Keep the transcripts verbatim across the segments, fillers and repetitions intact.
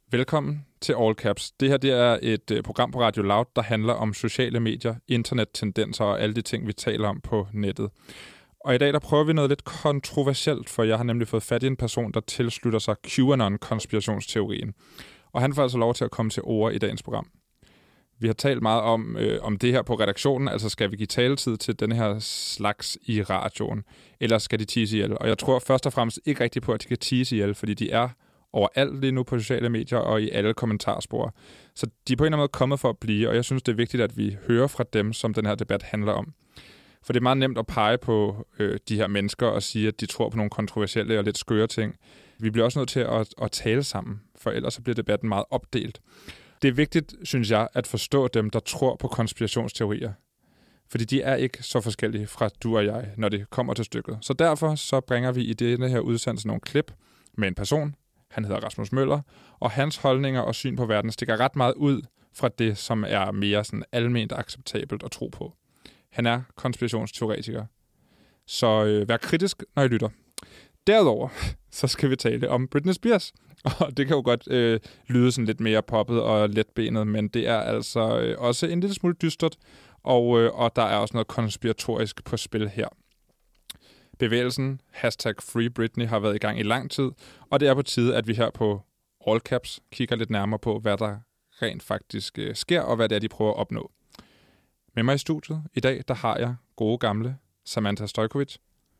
Velkommen til All Caps. Det her det er et uh, program på Radio Loud, der handler om sociale medier, internettendenser og alle de ting, vi taler om på nettet. Og i dag der prøver vi noget lidt kontroversielt, for jeg har nemlig fået fat i en person, der tilslutter sig QAnon-konspirationsteorien. Og han får altså lov til at komme til ord i dagens program. Vi har talt meget om, øh, om det her på redaktionen, altså skal vi give taletid til den her slags i radioen, eller skal de tease ihjel? Og jeg tror først og fremmest ikke rigtigt på, at de kan tease ihjel, fordi de er overalt lige nu på sociale medier og i alle kommentarspor. Så de er på en eller anden måde kommet for at blive, og jeg synes, det er vigtigt, at vi hører fra dem, som den her debat handler om. For det er meget nemt at pege på øh, de her mennesker og sige, at de tror på nogle kontroversielle og lidt skøre ting. Vi bliver også nødt til at, at tale sammen, for ellers så bliver debatten meget opdelt. Det er vigtigt, synes jeg, at forstå dem, der tror på konspirationsteorier. Fordi de er ikke så forskellige fra du og jeg, når det kommer til stykket. Så derfor så bringer vi i denne her udsendelse nogle klip med en person. Han hedder Rasmus Møller, og hans holdninger og syn på verden stikker ret meget ud fra det, som er mere sådan alment acceptabelt at tro på. Han er konspirationsteoretiker. Så øh, vær kritisk, når I lytter. Derudover, så skal vi tale om Britney Spears. Og det kan jo godt øh, lyde sådan lidt mere poppet og letbenet, men det er altså øh, også en lille smule dystert, og, øh, og der er også noget konspiratorisk på spil her. Bevægelsen hashtag Free Britney har været i gang i lang tid, og det er på tide, at vi her på All Caps kigger lidt nærmere på, hvad der rent faktisk øh, sker, og hvad det er, de prøver at opnå. Med mig i studiet i dag, der har jeg gode gamle Samantha Stojkovic.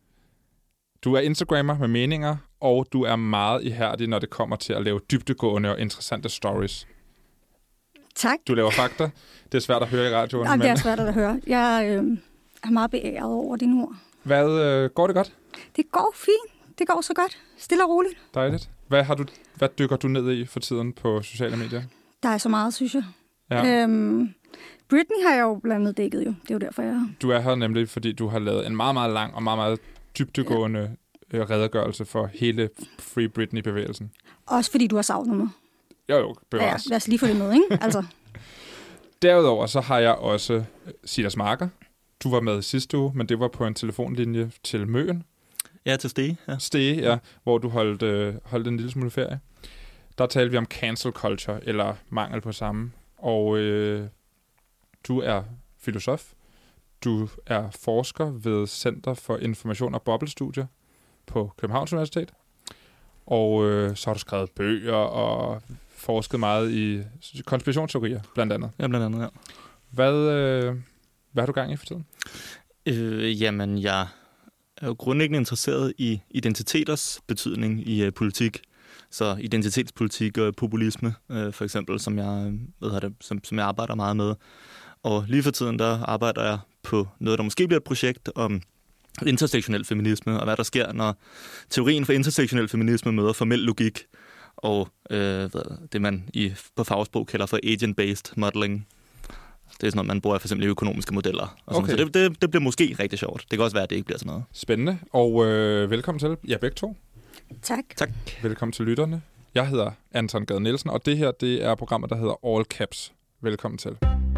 Du er Instagrammer med meninger, og du er meget ihærdig, når det kommer til at lave dybdegående og interessante stories. Tak. Du laver fakta. Det er svært at høre i radioen. Ja, det er svært at høre. Jeg øh, er meget beæret over dine ord. Hvad, øh, går det godt? Det går fint. Det går så godt. Stille og roligt. Dejligt. Hvad, har du, hvad dykker du ned i for tiden på sociale medier? Der er så meget, synes jeg. Ja. Øhm, Britney har jeg jo blandt andet dækket jo. Det er jo derfor, jeg... Du er her nemlig, fordi du har lavet en meget, meget lang og meget, meget dybdegående ja. redegørelse for hele Free Britney-bevægelsen. Også fordi du har savnet mig. Jo, jo, bevares. Ja, lad os lige få det med, ikke? Altså. Derudover så har jeg også Silas Marker. Du var med sidste uge, men det var på en telefonlinje til Møen. Ja, til Stege. Ja. Stege, ja, hvor du holdt, øh, holdt en lille smule ferie. Der talte vi om cancel culture, eller mangel på samme. Og øh, du er filosof. Du er forsker ved Center for Information og Bobbelstudier på Københavns Universitet. Og øh, så har du skrevet bøger og forsket meget i konspirationsteorier, blandt andet. Ja, blandt andet, ja. Hvad, øh, hvad har du gang i for tiden? Øh, jamen, jeg er jo grundlæggende interesseret i identiteters betydning i øh, politik. Så identitetspolitik og populisme, øh, for eksempel, som jeg, hvad det, som, som jeg arbejder meget med. Og lige for tiden, der arbejder jeg på noget, der måske bliver et projekt om intersektionel feminisme, og hvad der sker, når teorien for intersektionel feminisme møder formel logik, og øh, det, man i, på fagsprog kalder for agent-based modeling. Det er sådan noget, man bruger for eksempel i økonomiske modeller. Og sådan. Okay. Så det, det, det bliver måske rigtig sjovt. Det kan også være, at det ikke bliver sådan noget. Spændende, og øh, velkommen til jer begge to. Tak. Tak. Velkommen til lytterne. Jeg hedder Anton Gade Nielsen, og det her det er programmet, der hedder All Caps. Velkommen til.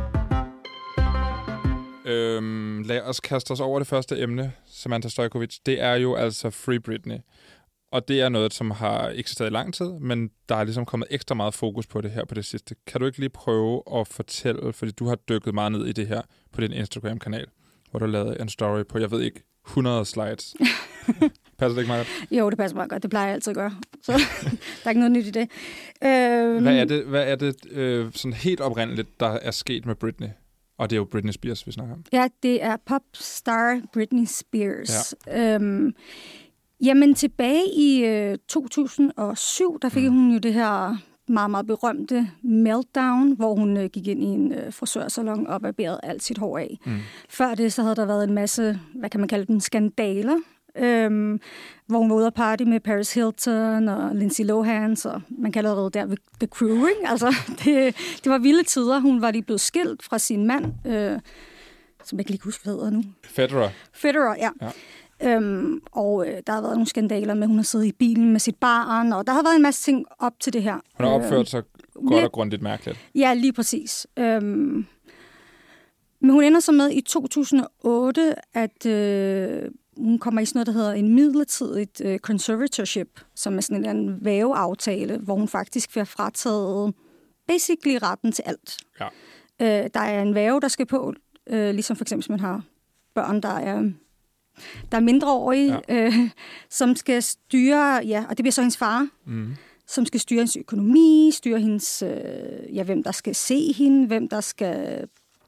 Øhm, lad os kaste os over det første emne, Samantha Stojkovic. Det er jo altså Free Britney. Og det er noget, som har eksisteret i lang tid, men der er ligesom kommet ekstra meget fokus på det her på det sidste. Kan du ikke lige prøve at fortælle, fordi du har dykket meget ned i det her på din Instagram-kanal, hvor du lavede en story på, jeg ved ikke, hundrede slides. Passer det ikke meget godt? Jo, det passer meget godt. Det plejer jeg altid at gøre. Så der er ikke noget nyt i det. Øhm... Hvad er det, hvad er det øh, sådan helt oprindeligt, der er sket med Britney? Og det er jo Britney Spears, vi snakker om. Ja, det er popstar Britney Spears. Ja. Øhm, jamen, tilbage i øh, to tusind og syv, der fik mm. hun jo det her meget, meget berømte meltdown, hvor hun øh, gik ind i en øh, frisørsalon og barberede alt sit hår af. Mm. Før det, så havde der været en masse, hvad kan man kalde dem, skandaler, øhm, hvor hun var ude at party med Paris Hilton og Lindsay Lohan, så man kalder det der The Crew, ikke? Altså, det, det var vilde tider. Hun var lige blevet skilt fra sin mand, øh, som jeg kan lige huske, hvad hedder nu. Federer. Federer, ja. ja. Øhm, og øh, der har været nogle skandaler med, at hun har siddet i bilen med sit barn, og der har været en masse ting op til det her. Hun har opført sig øh, godt og grundigt mærkeligt. Ja, lige præcis. Øhm, men hun ender så med i to tusind og otte, at øh, hun kommer i sådan noget, der hedder en midlertidigt uh, conservatorship, som er sådan en væveaftale, hvor hun faktisk bliver frataget basically retten til alt. Ja. Uh, der er en væve, der skal på, uh, ligesom for eksempel, hvis man har børn, der er, der er mindreårige, ja. uh, som skal styre, ja, og det bliver så hendes far, mm. som skal styre hendes økonomi, styre hendes, uh, ja, hvem der skal se hende, hvem der skal...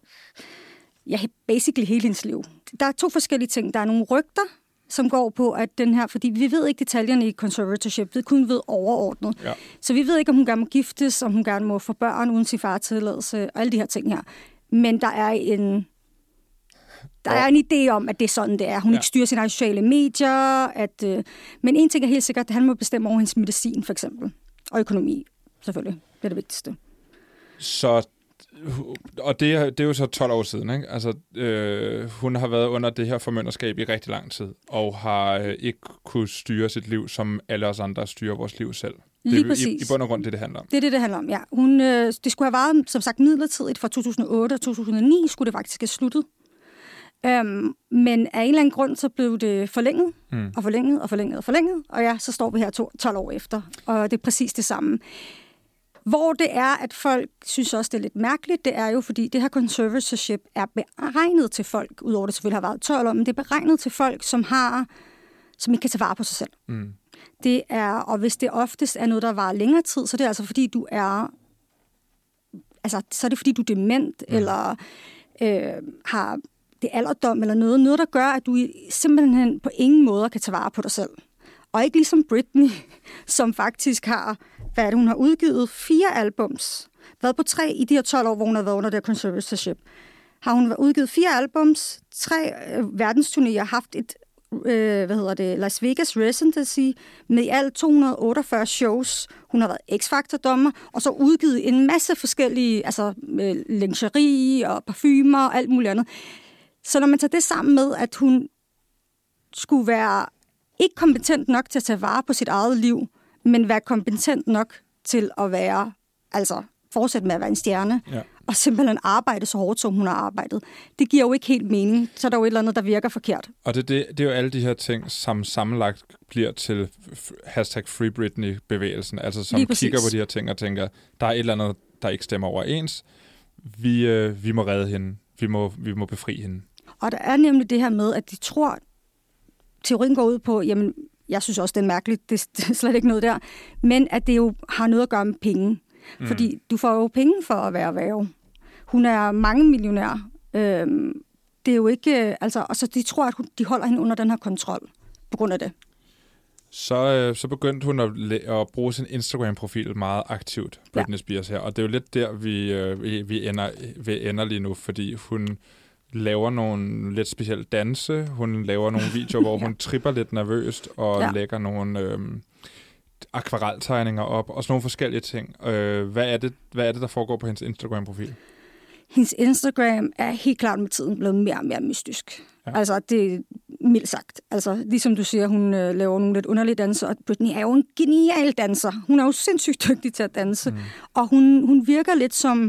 Ja, basically hele hendes liv. Der er to forskellige ting. Der er nogle rygter, som går på, at den her... Fordi vi ved ikke detaljerne i conservatorship, vi kun ved overordnet. Ja. Så vi ved ikke, om hun gerne må giftes, om hun gerne må få børn uden sin far tilladelse, og alle de her ting her. Men der er en... Der er en idé om, at det er sådan, det er. Hun ja. ikke styrer sine sociale medier. At, øh, men en ting er helt sikkert, at han må bestemme over hendes medicin, for eksempel. Og økonomi, selvfølgelig. Det er det vigtigste. Så... Og det er, det er jo så tolv år siden, ikke? Altså, øh, hun har været under det her formynderskab i rigtig lang tid, og har øh, ikke kunne styre sit liv, som alle os andre styrer vores liv selv. Lige det er præcis. I, i bund og grund det, det handler om. Det er det, det handler om, ja. Hun, øh, det skulle have varet, som sagt, midlertidigt fra to tusind og otte og to tusind og ni, skulle det faktisk have sluttet. Øhm, men af en eller anden grund, så blev det forlænget, mm. og forlænget, og forlænget, og forlænget, og ja, så står vi her to, tolv år efter, og det er præcis det samme. Hvor det er, at folk synes også, det er lidt mærkeligt, det er jo, fordi det her conservatorship er beregnet til folk, udover det selvfølgelig har været tolv år, men det er beregnet til folk, som har, som ikke kan tage vare på sig selv. Mm. Det er, og hvis det oftest er noget, der varer længere tid, så det er altså fordi, du er, altså, så er det fordi, du er dement, mm. eller øh, har det alderdom, eller noget, noget, der gør, at du simpelthen på ingen måde kan tage vare på dig selv. Og ikke ligesom Britney, som faktisk har, hvad er det, hun har udgivet fire albums. Været på tre i de her tolv år, hvor hun har været under det conservatorship. Har hun udgivet fire albums, tre øh, verdensturnéer, haft et, øh, hvad hedder det, Las Vegas Residency med i alt to hundrede og otteogfyrre shows. Hun har været X-Factor-dommer, og så udgivet en masse forskellige, altså øh, lingerie og parfumer og alt muligt andet. Så når man tager det sammen med, at hun skulle være ikke kompetent nok til at tage vare på sit eget liv, men være kompetent nok til at være, altså fortsætte med at være en stjerne, ja. Og simpelthen arbejde så hårdt, som hun har arbejdet. Det giver jo ikke helt mening, så er der jo et eller andet, der virker forkert. Og det, det, det er jo alle de her ting, som sammenlagt bliver til hashtag Free Britney-bevægelsen, altså som kigger på de her ting og tænker, der er et eller andet, der ikke stemmer overens. Vi, øh, vi må redde hende. Vi må, vi må befri hende. Og der er nemlig det her med, at de tror, teorien går ud på, jamen, jeg synes også, det er mærkeligt, det er slet ikke noget der, men at det jo har noget at gøre med penge. Mm. Fordi du får jo penge for at være værge. Hun er mange millionær. Øhm, det er jo ikke, altså, og så de tror, at hun, de holder hende under den her kontrol på grund af det. Så, øh, så begyndte hun at, at bruge sin Instagram-profil meget aktivt, Britney ja. Spears her, og det er jo lidt der, vi, øh, vi, vi, ender, vi ender lige nu, fordi hun laver nogle lidt specielle danse, hun laver nogle videoer, hvor ja. hun tripper lidt nervøst og ja. lægger nogle øh, akvareltegninger op og sådan nogle forskellige ting. Øh, hvad, er det, hvad er det, der foregår på hendes Instagram-profil? Hendes Instagram er helt klart med tiden blevet mere og mere mystisk. Ja. Altså, det er mildt sagt. Altså, ligesom du siger, hun øh, laver nogle lidt underlige danser, og Britney er jo en genial danser. Hun er jo sindssygt dygtig til at danse. Mm. Og hun, hun virker lidt som...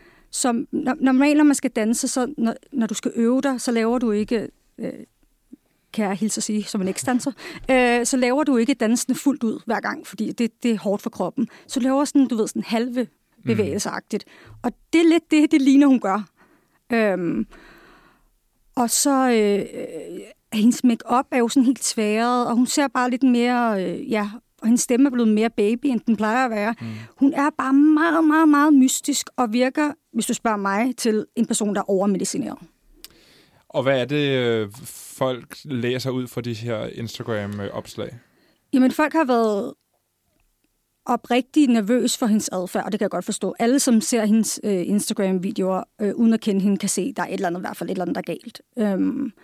som når, normalt, når man skal danse, så når, når du skal øve dig, så laver du ikke... Øh, kan jeg hilse at sige, som en eks-danser, øh, så laver du ikke dansene fuldt ud hver gang, fordi det, det er hårdt for kroppen. Så du laver sådan, du ved, sådan halve bevægelseagtigt. Mm. Og det er lidt det, det ligner, hun gør. Øhm, og så øh, hendes make-up er jo sådan helt tværet, og hun ser bare lidt mere, øh, ja, og hendes stemme er blevet mere baby, end den plejer at være. Mm. Hun er bare meget, meget, meget mystisk, og virker, hvis du spørger mig, til en person, der er overmedicineret. Og hvad er det, folk læser ud fra de her Instagram-opslag? Jamen, folk har været oprigtigt nervøs for hendes adfærd, og det kan jeg godt forstå. Alle, som ser hendes øh, Instagram-videoer, øh, uden at kende hende, kan se, at der er et eller andet, i hvert fald et eller andet, der er galt. Øhm,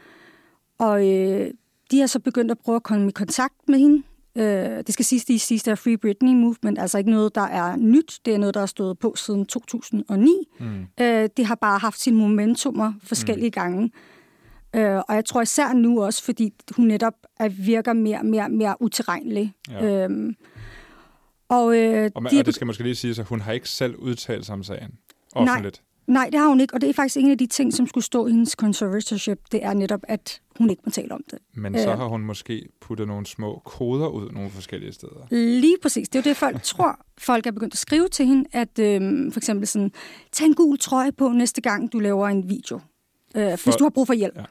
og øh, de har så begyndt at prøve at komme i kontakt med hende. Øh, det skal siges, de sidste er Free Britney Movement, altså ikke noget, der er nyt. Det er noget, der er stået på siden to tusind og ni. Mm. Øh, det har bare haft sine momentummer forskellige mm. gange. Øh, og jeg tror især nu også, fordi hun netop er, virker mere og mere, mere utilregnelig. Ja. Øhm, og, øh, og, man, de, og det skal måske lige sige, at hun har ikke selv udtalt sig om sagen offentligt. Nej, det har hun ikke, og det er faktisk en af de ting, som skulle stå i hendes conservatorship. Det er netop, at hun ikke må tale om det. Men så har hun måske puttet nogle små koder ud nogle forskellige steder. Lige præcis. Det er jo det, folk tror. Folk er begyndt at skrive til hende, at øhm, for eksempel sådan, tag en gul trøje på næste gang, du laver en video, øh, hvis for... du har brug for hjælp. Ja.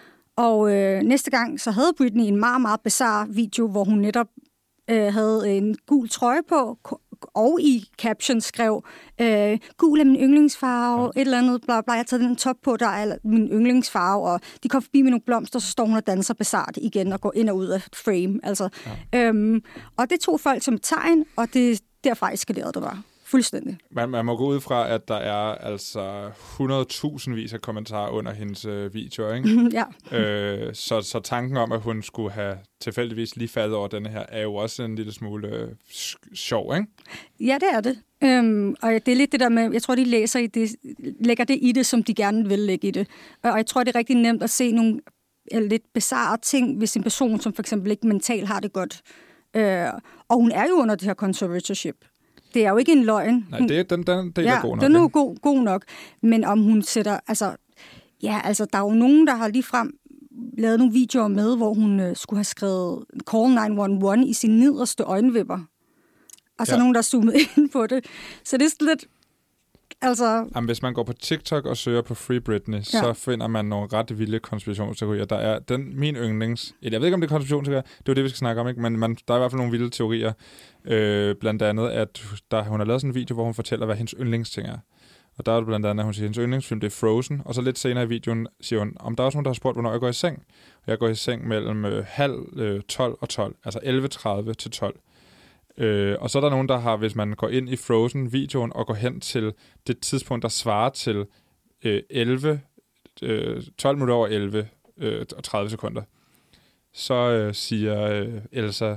Og øh, næste gang, så havde Britney en meget, meget bizarre video, hvor hun netop øh, havde en gul trøje på, og i caption skrev, øh, gul er min yndlingsfarve, ja. et eller andet, bla bla, jeg har taget den top på, der er min yndlingsfarve, og de kom forbi med nogle blomster, så står hun og danser bizart igen, og går ind og ud af frame, altså. Ja. Øhm, og det tog folk som tegn, og det derfra eskalerede det var. Fuldstændig. Man, man må gå ud fra, at der er altså hundredtusindvis af kommentarer under hendes øh, videoer, ikke? Ja. Øh, så, så tanken om, at hun skulle have tilfældigvis lige faldet over denne her, er jo også en lille smule øh, sjov, ikke? Ja, det er det. Øhm, og det er lidt det der med, jeg tror, de læser i det, lægger det i det, som de gerne vil lægge i det. Og jeg tror, det er rigtig nemt at se nogle lidt bizarre ting, hvis en person, som for eksempel ikke mentalt har det godt. Øh, og hun er jo under det her conservatorship. Det er jo ikke en løgn. Nej, det er, den, den, den ja, er god nok. den er jo god, god nok. Men om hun sætter... Altså, ja, altså, der er jo nogen, der har ligefrem lavet nogle videoer med, hvor hun øh, skulle have skrevet Call ni et et et i sine nederste øjenvipper. Og så ja. nogen, der zoomet ind på det. Så det er sådan lidt... Altså... Jamen, hvis man går på TikTok og søger på Free Britney, ja. så finder man nogle ret vilde konspirationsteorier. Der er den, min yndlings... Jeg ved ikke, om det er konspirationsteorier. Det er jo det, vi skal snakke om, ikke? Men man, der er i hvert fald nogle vilde teorier. Øh, blandt andet, at der, hun har lavet sådan en video, hvor hun fortæller, hvad hendes yndlingsting er. Og der er det blandt andet, at hun siger, at hendes yndlingsfilm, det er Frozen. Og så lidt senere i videoen siger hun, om der er også nogen, der har spurgt, hvornår jeg går i seng. Og jeg går i seng mellem øh, halv øh, tolv og tolv. Altså elleve tredive til tolv. Øh, og så er der nogen, der har, hvis man går ind i Frozen-videoen og går hen til det tidspunkt, der svarer til øh, elleve, øh, tolv minutter over elleve øh, og tredive sekunder, så øh, siger øh, Elsa,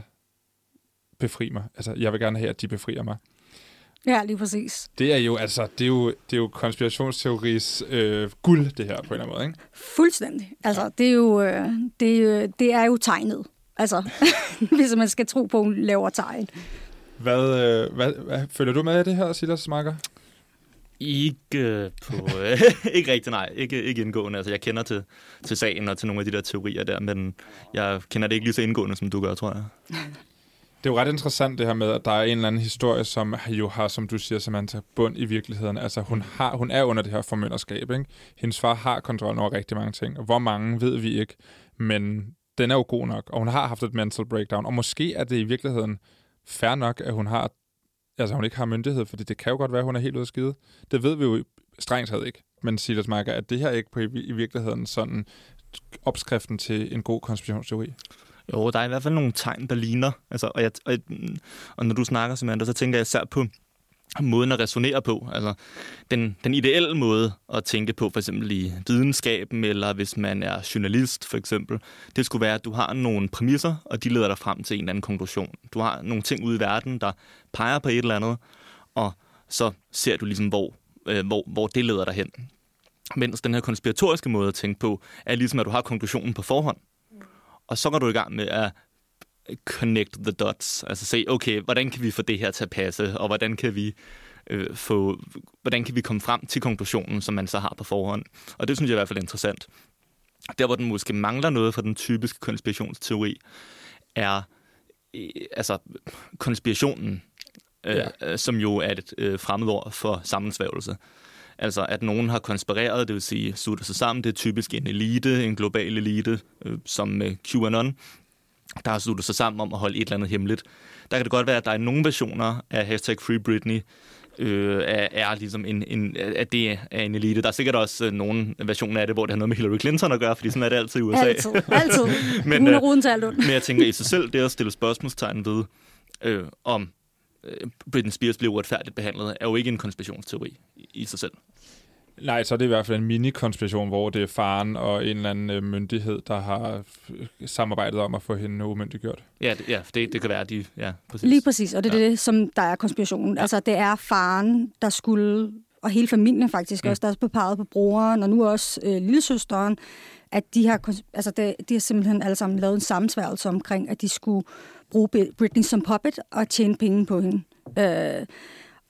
befri mig. Altså, jeg vil gerne have, at de befrier mig. Ja, lige præcis. Det er jo, altså, det er jo, det er jo konspirationsteoris øh, guld, det her, på en eller anden måde, ikke? Fuldstændig. Altså, ja. det, er jo, øh, det, er jo, det er jo tegnet. Altså, hvis man skal tro på, at hun laver tegn. Hvad, øh, hvad, hvad følger du med i det her, Silas Marker? Ikke på... Øh, ikke rigtig, nej. Ikke, ikke indgående. Altså, jeg kender til, til sagen og til nogle af de der teorier der, men jeg kender det ikke lige så indgående, som du gør, tror jeg. Det er jo ret interessant det her med, at der er en eller anden historie, som jo har, som du siger, Samantha, bund i virkeligheden. Altså, hun, har, hun er under det her formynderskab, ikke? Hendes far har kontrol over rigtig mange ting. Hvor mange, ved vi ikke. Men den er jo god nok, og hun har haft et mental breakdown. Og måske er det i virkeligheden fair nok, at hun har, altså hun ikke har myndighed, fordi det kan jo godt være, at hun er helt ude af skide. Det ved vi jo strengt taget ikke. Men Silas Marker, er det her ikke på i, i virkeligheden sådan opskriften til en god konspirationsteori? Jo, der er i hvert fald nogle tegn, der ligner. Altså, og, jeg, og, og når du snakker, Samantha, så tænker jeg især på måden at resonere på. Altså, den, den ideelle måde at tænke på, for eksempel i videnskaben, eller hvis man er journalist, for eksempel, det skulle være, at du har nogle præmisser, og de leder dig frem til en eller anden konklusion. Du har nogle ting ude i verden, der peger på et eller andet, og så ser du ligesom, hvor, øh, hvor, hvor det leder dig hen. Mens den her konspiratoriske måde at tænke på, er ligesom, at du har konklusionen på forhånd. Og så går du i gang med at connect the dots, altså se, okay, hvordan kan vi få det her til at passe, og hvordan kan vi øh, få, hvordan kan vi komme frem til konklusionen, som man så har på forhånd. Og det synes jeg i hvert fald er interessant. Der, hvor den måske mangler noget fra den typiske konspirationsteori, er øh, altså konspirationen, øh, ja. som jo er et øh, fremmedord for sammensværgelse. Altså, at nogen har konspireret, det vil sige sluttet sig sammen. Det er typisk en elite, en global elite, øh, som øh, QAnon, der har sluttet sig sammen om at holde et eller andet hemmeligt. Der kan det godt være, at der er nogle versioner af hashtag Free Britney, øh, er, er ligesom en, en, at det er en elite. Der er sikkert også øh, nogle versioner af det, hvor det har noget med Hillary Clinton at gøre, fordi sådan er det altid i U S A. Altid, altid. men, Hun er ruden til alt ondt. Men jeg tænker i sig selv, det at stille spørgsmålstegn ved, øh, om Britney Spears blev uretfærdigt behandlet, er jo ikke en konspirationsteori i sig selv. Nej, så er det i hvert fald en mini-konspiration, hvor det er faren og en eller anden myndighed, der har samarbejdet om at få hende umyndiggjort. Ja, det, ja, det, det kan være, de... Ja, præcis. Lige præcis, og det er ja. det, som der er konspirationen. Ja. Altså, det er faren, der skulle, og hele familien faktisk mm. også, der er bepeget på broren, og nu også øh, lillesøsteren, at de har, altså, de, de har simpelthen alle sammen lavet en sammensværgelse omkring, at de skulle bruge Britney som puppet og tjene penge på hende. Øh,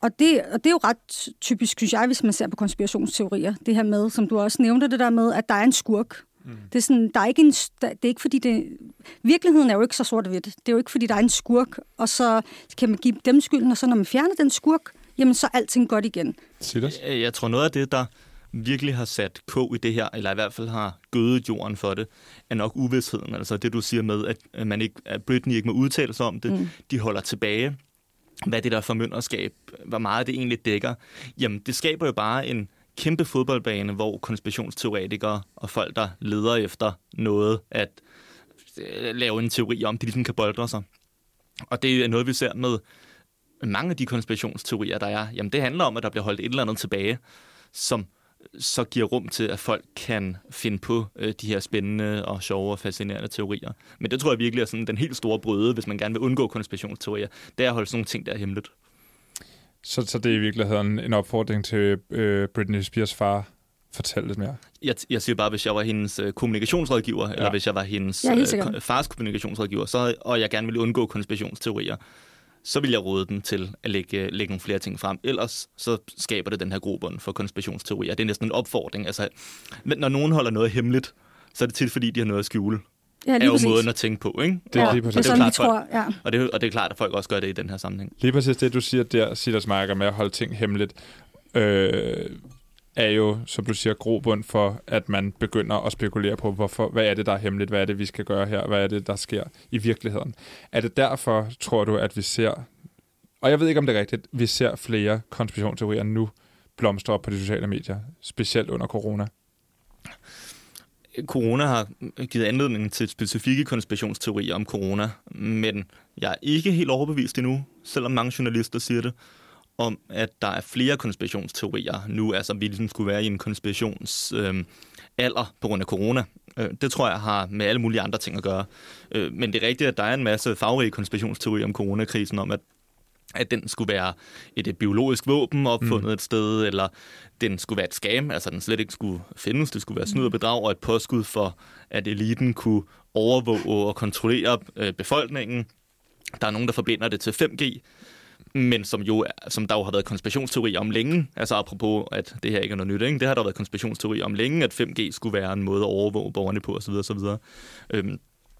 Og det, og det er jo ret typisk, synes jeg, hvis man ser på konspirationsteorier. Det her med, som du også nævnte, det der med, at der er en skurk. Mm. Det er sådan, der er ikke en, der, det er ikke fordi det... Virkeligheden er jo ikke så sort og hvidt. Det er jo ikke fordi, der er en skurk, og så kan man give dem skylden, og så når man fjerner den skurk, jamen så er alting godt igen. Jeg, jeg tror noget af det, der virkelig har sat kog i det her, eller i hvert fald har gødet jorden for det, er nok uvidsheden. Altså det, du siger med, at, man ikke, at Britney ikke må udtale sig om det. Mm. De holder tilbage. Hvad det der formynderskab, hvor meget det egentlig dækker. Jamen, det skaber jo bare en kæmpe fodboldbane, hvor konspirationsteoretikere og folk, der leder efter noget, at lave en teori om, de ligesom kan boldre sig. Og det er noget, vi ser med mange af de konspirationsteorier, der er. Jamen, det handler om, at der bliver holdt et eller andet tilbage, som så giver rum til, at folk kan finde på øh, de her spændende og sjove og fascinerende teorier. Men det tror jeg virkelig er sådan den helt store brøde, hvis man gerne vil undgå konspirationsteorier. Det er at holde sådan nogle ting, der er hemmeligt. Så, så det er i virkeligheden en opfordring til øh, Britney Spears far. Fortæl lidt mere. Jeg, jeg siger bare, hvis jeg var hendes øh, kommunikationsrådgiver, ja. eller hvis jeg var hendes øh, fars kommunikationsrådgiver, så, og jeg gerne ville undgå konspirationsteorier, så vil jeg råde den til at lægge, lægge nogle flere ting frem. Ellers så skaber det den her grobund for konspirationsteorier. Det er næsten en opfordring. Altså, når nogen holder noget hemmeligt, så er det tit, fordi de har noget at skjule. Ja, er jo præcis. Måden at tænke på, ikke? Det er ja, lige præcis. Det er sådan, vi tror, ja. Og det, og det er klart, at folk også gør det i den her sammenhæng. Lige præcis det, du siger der, Silas Marker, med at holde ting hemmeligt, øh, er jo, som du siger, grobund for, at man begynder at spekulere på, hvorfor, hvad er det, der er hemmeligt, hvad er det, vi skal gøre her, hvad er det, der sker i virkeligheden. Er det derfor, tror du, at vi ser, og jeg ved ikke, om det er rigtigt, vi ser flere konspirationsteorier nu blomstre op på de sociale medier, specielt under corona? Corona har givet anledning til specifikke konspirationsteorier om corona, men jeg er ikke helt overbevist endnu, selvom mange journalister siger det, om at der er flere konspirationsteorier nu, altså vi ligesom skulle være i en konspirationsalder øh, på grund af corona. Øh, det tror jeg har med alle mulige andre ting at gøre. Øh, men det er rigtigt, at der er en masse farverige konspirationsteorier om coronakrisen, om at at den skulle være et, et biologisk våben opfundet mm. et sted, eller den skulle være et scam, altså den slet ikke skulle findes, det skulle være snyd og bedrag, og et påskud for, at eliten kunne overvåge og kontrollere øh, befolkningen. Der er nogen, der forbinder det til fem G, men som, jo, som der jo har været konspirationsteorier om længe, altså apropos, at det her ikke er noget nyt, ikke? Det har der været konspirationsteorier om længe, at fem G skulle være en måde at overvåge borgerne på, osv. osv. Øhm,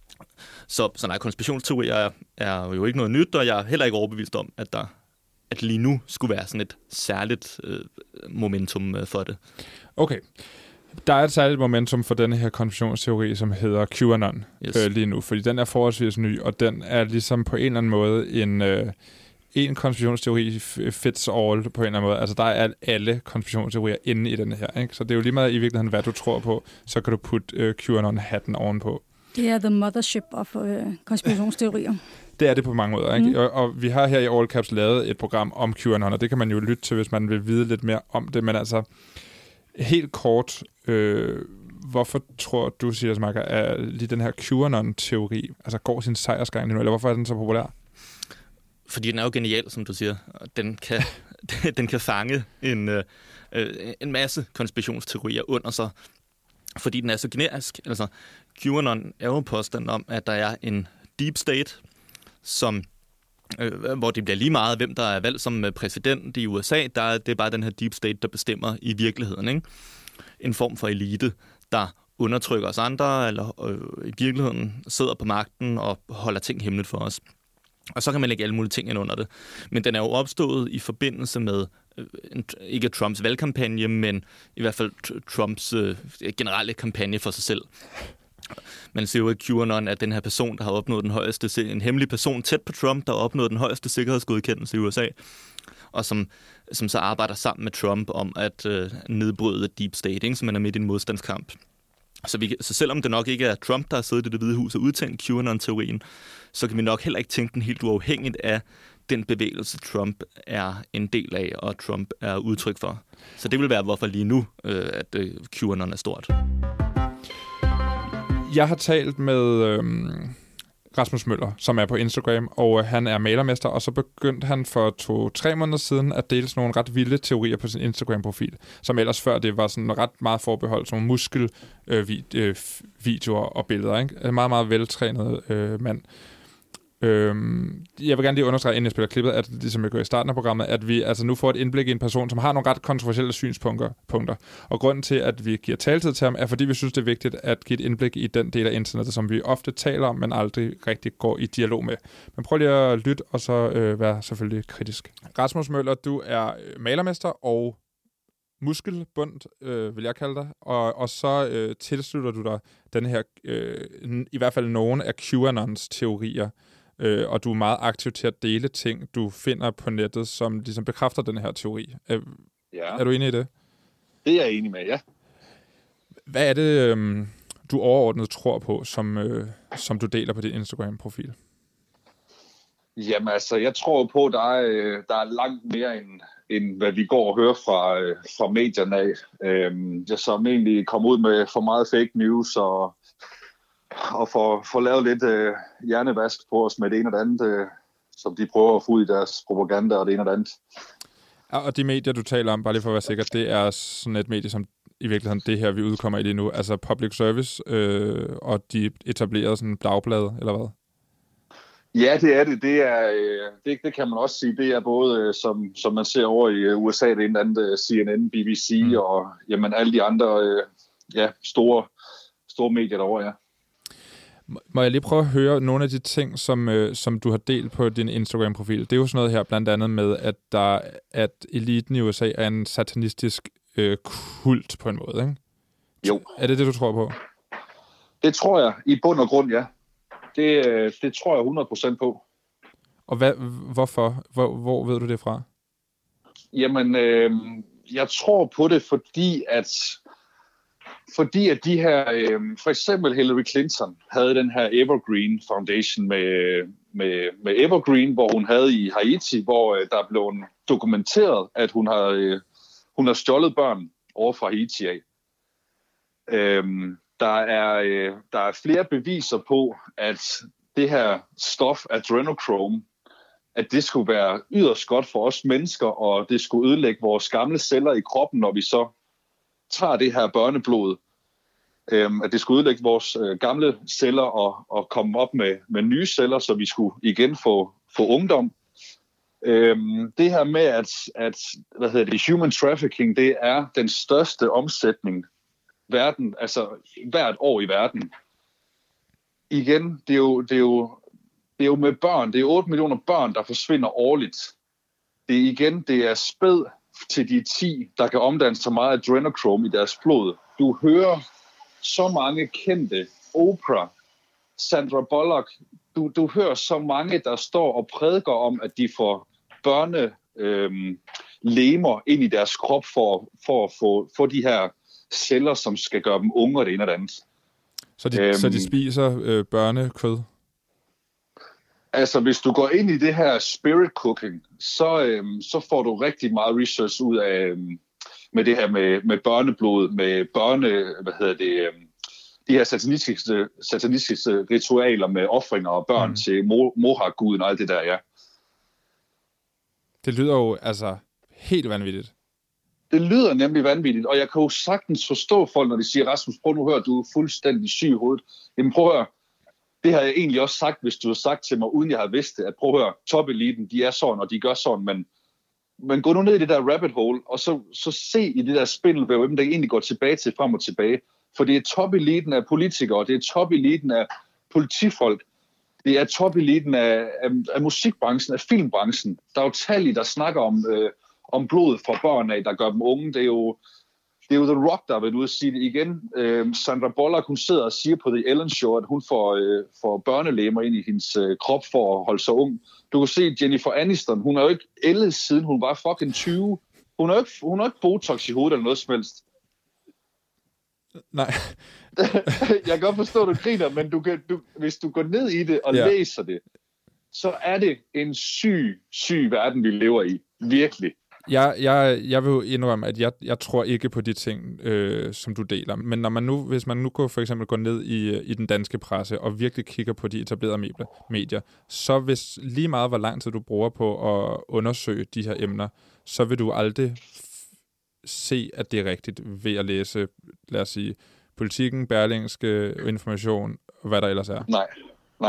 Så, så nej, konspirationsteorier er, er jo ikke noget nyt, og jeg er heller ikke overbevist om, at der at lige nu skulle være sådan et særligt øh, momentum øh, for det. Okay. Der er et særligt momentum for denne her konspirationsteori, som hedder QAnon yes. øh, lige nu, fordi den er forholdsvis ny, og den er ligesom på en eller anden måde en, øh, en konspirationsteori fits all på en eller anden måde. Altså der er alle konspirationsteorier inde i den her, ikke? Så det er jo lige meget i virkeligheden, hvad du tror på, så kan du putte øh, QAnon-hatten ovenpå. Det er the mothership of uh, konspirationsteorier. Det er det på mange måder, ikke? Mm. Og, og vi har her i All Caps lavet et program om QAnon, og det kan man jo lytte til, hvis man vil vide lidt mere om det. Men altså, helt kort, øh, hvorfor tror du, Silas Marker, at lige den her QAnon-teori altså går sin sejrsgang nu, eller hvorfor er den så populær? Fordi den er jo genial, som du siger. Den kan, den kan fange en, øh, en masse konspirationsteorier under sig, fordi den er så generisk. Altså, QAnon er jo påstand om, at der er en deep state, som, øh, hvor det bliver lige meget, hvem der er valgt som præsident i U S A. Der er, det er bare den her deep state, der bestemmer i virkeligheden, ikke? En form for elite, der undertrykker os andre, eller øh, i virkeligheden sidder på magten og holder ting hemmeligt for os. Og så kan man lægge alle mulige ting ind under det. Men den er jo opstået i forbindelse med, øh, ikke Trumps valgkampagne, men i hvert fald Trumps øh, generelle kampagne for sig selv. Man ser jo i QAnon, at den her person, der har opnået den højeste, en hemmelig person tæt på Trump, der har opnået den højeste sikkerhedsgodkendelse i U S A, og som, som så arbejder sammen med Trump om at øh, nedbryde deep state, ikke? Så man er midt i en modstandskamp. Så, vi, så selvom det nok ikke er Trump, der har siddet i Det Hvide Hus og udtænkt QAnon-teorien, så kan vi nok heller ikke tænke den helt uafhængigt af den bevægelse, Trump er en del af, og Trump er udtryk for. Så det vil være, hvorfor lige nu, øh, at øh, QAnon er stort. Jeg har talt med øhm, Rasmus Møller, som er på Instagram, og han er malermester, og så begyndte han for to-tre måneder siden at dele sådan nogle ret vilde teorier på sin Instagram-profil, som ellers før det var sådan ret meget forbeholdt, som muskelvideoer øh, og billeder, ikke? En meget, meget veltrænet øh, mand. Øhm, jeg vil gerne lige understrege, inden jeg spiller klippet, at ligesom jeg gør i starten af programmet, at vi altså nu får et indblik i en person, som har nogle ret kontroversielle synspunkter. Punkter. Og grunden til, at vi giver taletid til ham, er fordi vi synes, det er vigtigt at give et indblik i den del af internettet, som vi ofte taler om, men aldrig rigtig går i dialog med. Men prøv lige at lytte, og så øh, være selvfølgelig kritisk. Rasmus Møller, du er malermester og muskelbund, øh, vil jeg kalde dig, og, og så øh, tilslutter du dig den her, øh, i hvert fald nogle af QAnons teorier, øh, og du er meget aktiv til at dele ting, du finder på nettet, som ligesom bekræfter den her teori. Er, ja. er du enig i det? Det er jeg enig med, ja. Hvad er det, øh, du overordnet tror på, som, øh, som du deler på din Instagram-profil? Jamen altså, jeg tror på, at der er, der er langt mere end, end hvad vi går og hører fra, fra medierne af. Øhm, jeg som egentlig kommer ud med for meget fake news og, og får, får lavet lidt øh, hjernevask på os med det ene og det andet, øh, som de prøver at få ud i deres propaganda og det ene og det andet. Ja, og de medier, du taler om, bare lige for at være sikker, det er sådan et medie, som i virkeligheden det her, vi udkommer i lige nu, altså public service øh, og de etablerede sådan dagblade, eller hvad? Ja, det er det. Det, er, det, det kan man også sige. Det er både, som, som man ser over i U S A, det er en anden C N N, B B C mm. og jamen, alle de andre ja, store, store medier derovre, ja. Må jeg lige prøve at høre nogle af de ting, som, øh, som du har delt på din Instagram-profil? Det er jo sådan noget her, blandt andet med, at, der, at eliten i U S A er en satanistisk øh, kult på en måde, ikke? Jo. Er det det, du tror på? Det tror jeg i bund og grund, ja. Det, det tror jeg hundrede procent på. Og hvad, hvorfor? Hvor, hvor ved du det fra? Jamen, øh, jeg tror på det, fordi at, fordi at de her, øh, for eksempel Hillary Clinton havde den her Evergreen Foundation med, med, med Evergreen, hvor hun havde i Haiti, hvor øh, der blev dokumenteret, at hun har, øh, hun har stjålet børn over fra Haiti af. Øh, Der er, øh, der er flere beviser på, at det her stof, adrenochrome, at det skulle være yderst godt for os mennesker, og det skulle ødelægge vores gamle celler i kroppen, når vi så tager det her børneblod. Øhm, at det skulle ødelægge vores øh, gamle celler og, og komme op med, med nye celler, så vi skulle igen få, få ungdom. Øhm, det her med, at, at hvad hedder det, human trafficking, det er den største omsætning verden, altså hvert år i verden. Igen, det er jo, det er jo, det er jo med børn, det er otte millioner børn, der forsvinder årligt. Det er igen, det er spæd til de ti, der kan omdanne så meget adrenochrome i deres blod. Du hører så mange kendte, Oprah, Sandra Bullock, du, du hører så mange, der står og prædiker om, at de får børne øhm, lemer ind i deres krop for, for at få for de her celler, som skal gøre dem unge og det ene og det andet. Så de, øhm, så de spiser øh, børnekød? Altså, hvis du går ind i det her spirit cooking, så, øhm, så får du rigtig meget research ud af øhm, med det her med, med børneblod, med børne, hvad hedder det, øhm, de her satanistiske, satanistiske ritualer med ofringer og børn mm. til Mohawk-guden og alt det der, ja. Det lyder jo altså helt vanvittigt. Det lyder nemlig vanvittigt, og jeg kan jo sagtens forstå folk, når de siger, Rasmus, prøv nu at høre, du er fuldstændig syg i hovedet. Jamen prøv at høre, det har jeg egentlig også sagt, hvis du har sagt til mig, uden jeg har vidst det, at prøv at høre, top-eliten, de er sådan, og de gør sådan, men, men gå nu ned i det der rabbit hole, og så, så se i det der spindelvæv, hvem der egentlig går tilbage til, frem og tilbage. For det er top-eliten af politikere, det er top-eliten af politifolk, det er top-eliten af, af, af musikbranchen, af filmbranchen. Der er jo tallige, der snakker om... Øh, om blod fra børn af, der gør dem unge. Det er jo, det er jo The Rock, der vil ud at sige det igen. Øh, Sandra Bullock, hun sidder og siger på The Ellen Show, at hun får, øh, får børnelemmer ind i hendes øh, krop for at holde sig ung. Du kan se Jennifer Aniston, hun er jo ikke ældet siden hun var fucking tyve. Hun har jo ikke, hun har ikke botox i hovedet eller noget som helst. Nej. Jeg kan godt forstå, at du griner, men du kan, du, hvis du går ned i det og ja. læser det, så er det en syg, syg verden, vi lever i. Virkelig. Jeg, jeg, jeg vil jo indrømme, at jeg, jeg tror ikke på de ting, øh, som du deler. Men når man nu, hvis man nu går, for eksempel går ned i, i den danske presse og virkelig kigger på de etablerede medier, så hvis lige meget, hvor lang tid du bruger på at undersøge de her emner, så vil du aldrig f- se, at det er rigtigt ved at læse, lad os sige, Politikken, Berlingske, Information, hvad der ellers er. Nej, nej.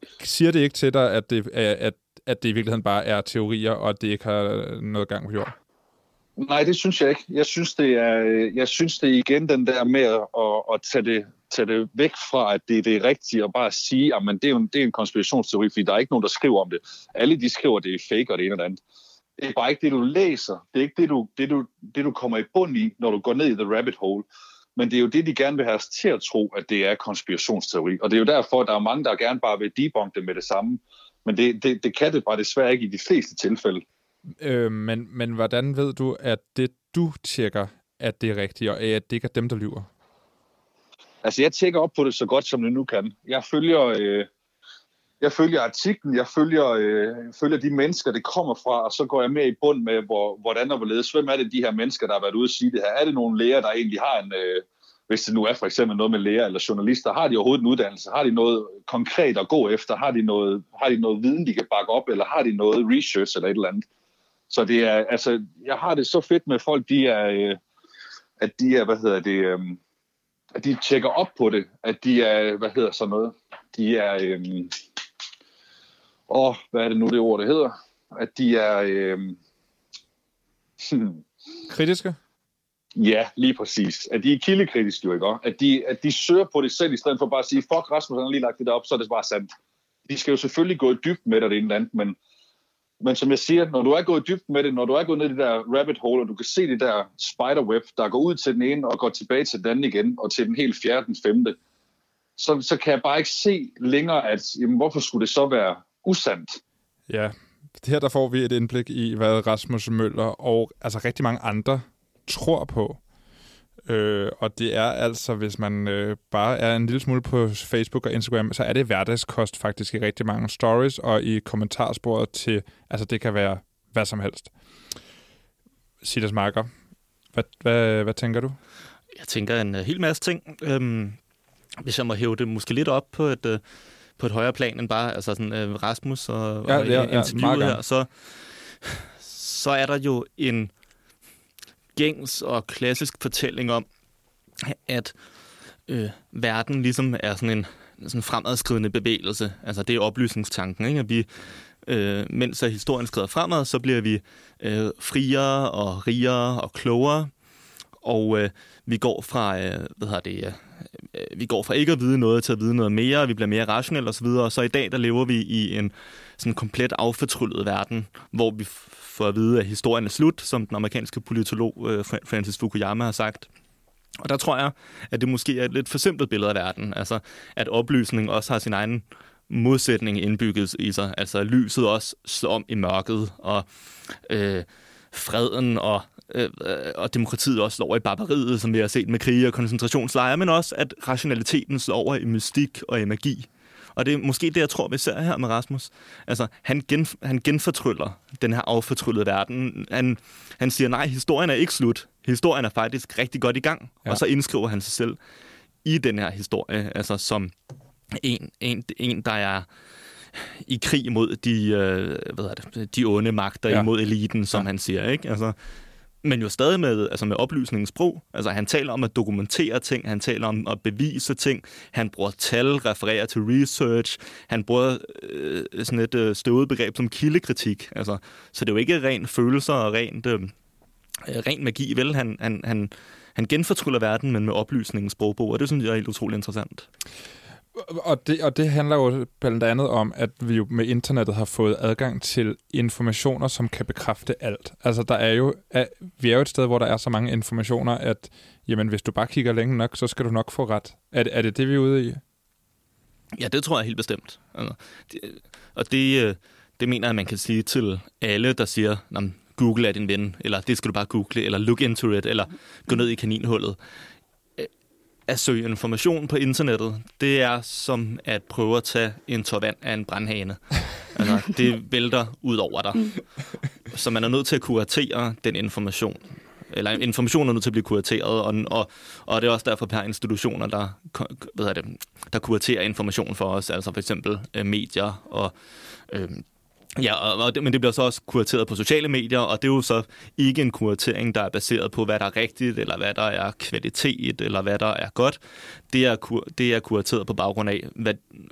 siger det ikke til dig, at det, at, at det i virkeligheden bare er teorier, og at det ikke har noget gang på jord? Nej, det synes jeg ikke. Jeg synes, det er, jeg synes, det er igen den der med at, at tage, det, tage det væk fra, at det er det rigtige, og bare sige, at det er, en, det er en konspirationsteori, fordi der er ikke nogen, der skriver om det. Alle de skriver, at det er fake og det ene og det andet. Det er bare ikke det, du læser. Det er ikke det du, det, du, det, du kommer i bund i, når du går ned i the rabbit hole. Men det er jo det, de gerne vil have os til at tro, at det er konspirationsteori. Og det er jo derfor, at der er mange, der gerne bare vil debunke det med det samme. Men det, det, det kan det bare desværre ikke i de fleste tilfælde. Øh, men, men hvordan ved du, at det du tjekker, at det er rigtigt, og at det ikke er dem, der lyver? Altså, jeg tjekker op på det så godt, som det nu kan. Jeg følger, øh, jeg følger artiklen, jeg følger, øh, følger de mennesker, det kommer fra, og så går jeg mere i bund med, hvor, hvordan og hvorledes. Hvem er det, de her mennesker, der har været ude at sige det her? Er det nogle læger, der egentlig har en, øh, hvis det nu er for eksempel noget med læger eller journalister, har de overhovedet en uddannelse? Har de noget konkret at gå efter? Har de noget, har de noget viden, de kan bakke op, eller har de noget research eller et eller andet? Så det er, altså, jeg har det så fedt med folk, de er, øh, at de er, hvad hedder det, øh, at de tjekker op på det, at de er, hvad hedder sådan noget, de er, øh, åh, hvad er det nu det ord, det hedder? At de er, øh, hmm. kritiske? Ja, lige præcis. At de er kildekritiske jo, ikke? At de, at de søger på det selv, i stedet for bare at sige, fuck, Rasmus han har lige lagt det der op, så er det bare sandt. De skal jo selvfølgelig gå i dybden med det, det ene eller andet, men Men som jeg siger, når du er gået dybt med det, når du er gået ned i det der rabbit hole, og du kan se det der spiderweb, der går ud til den ene og går tilbage til den anden igen, og til den helt fjerde, den femte, så, så kan jeg bare ikke se længere, at jamen, hvorfor skulle det så være usandt? Ja, her der får vi et indblik i, hvad Rasmus Møller og altså rigtig mange andre tror på. Øh, og det er altså, hvis man øh, bare er en lille smule på Facebook og Instagram, så er det hverdagskost faktisk i rigtig mange stories og i kommentarsporet til, altså det kan være hvad som helst. Silas Marker, hvad, hvad, hvad tænker du? Jeg tænker en uh, hel masse ting. Øhm, hvis jeg må hæve det måske lidt op på et, uh, på et højere plan end bare altså sådan, uh, Rasmus og, ja, og ja, ja, interviewet her, så, så er der jo en gængs og klassisk fortælling om, at øh, verden ligesom er sådan en sådan fremadskridende bevægelse. Altså det er oplysningstanken, ikke? At vi, øh, mens historien skrider fremad, så bliver vi øh, friere og rigere og klogere, og øh, vi går fra, øh, hvad hedder det, øh, vi går fra ikke at vide noget til at vide noget mere, og vi bliver mere rationelle osv., og så i dag, der lever vi i en sådan komplet affortryllet verden, hvor vi får at vide, at historien er slut, som den amerikanske politolog øh, Francis Fukuyama har sagt. Og der tror jeg, at det måske er et lidt forsimplet billede af verden, altså at oplysning også har sin egen modsætning indbygget i sig, altså lyset også slår om i mørket, og øh, freden og øh, og demokratiet også slår over i barbariet, som vi har set med krige og koncentrationslejre, men også at rationaliteten slår over i mystik og i magi. Og det er måske det, jeg tror, vi ser her med Rasmus. Altså, han, gen, han genfortryller den her affortryllede verden. Han, han siger, nej, historien er ikke slut. Historien er faktisk rigtig godt i gang. Ja. Og så indskriver han sig selv i den her historie, altså som en, en, en der er i krig mod de, øh, hvad er det, de onde magter, ja. Imod eliten, som ja. Han siger, ikke? Altså, men jo stadig med, altså med oplysningens brug. Altså, han taler om at dokumentere ting, han taler om at bevise ting, han bruger tal, refererer til research, han bruger øh, sådan et øh, støvet begreb som kildekritik. Altså, så det er jo ikke ren følelser og rent, øh, ren magi, vel? Han, han, han, han genfortryller verden, men med oplysningens sprogbog, og det synes jeg er helt utroligt interessant. Og det, og det handler jo blandt andet om, at vi jo med internettet har fået adgang til informationer, som kan bekræfte alt. Altså, der er jo, er, vi er jo et sted, hvor der er så mange informationer, at jamen, hvis du bare kigger længe nok, så skal du nok få ret. Er det er det, det, vi er ude i? Ja, det tror jeg helt bestemt. Altså, det, og det, det mener jeg, at man kan sige til alle, der siger, Google er din ven, eller det skal du bare google, eller look into it, eller gå ned i kaninhullet. At søge information på internettet, det er som at prøve at tage en tår vand af en brandhane. Altså, det vælter ud over dig. Så man er nødt til at kuratere den information. Eller informationen er nødt til at blive kurateret, og, og, og det er også derfor per institutioner, der, hvad det, der kuraterer information for os, altså for eksempel øh, medier og øh, Ja, og det, men det bliver så også kurateret på sociale medier, og det er jo så ikke en kuratering, der er baseret på, hvad der er rigtigt, eller hvad der er kvalitet, eller hvad der er godt. Det er, kur, det er kurateret på baggrund af, hvad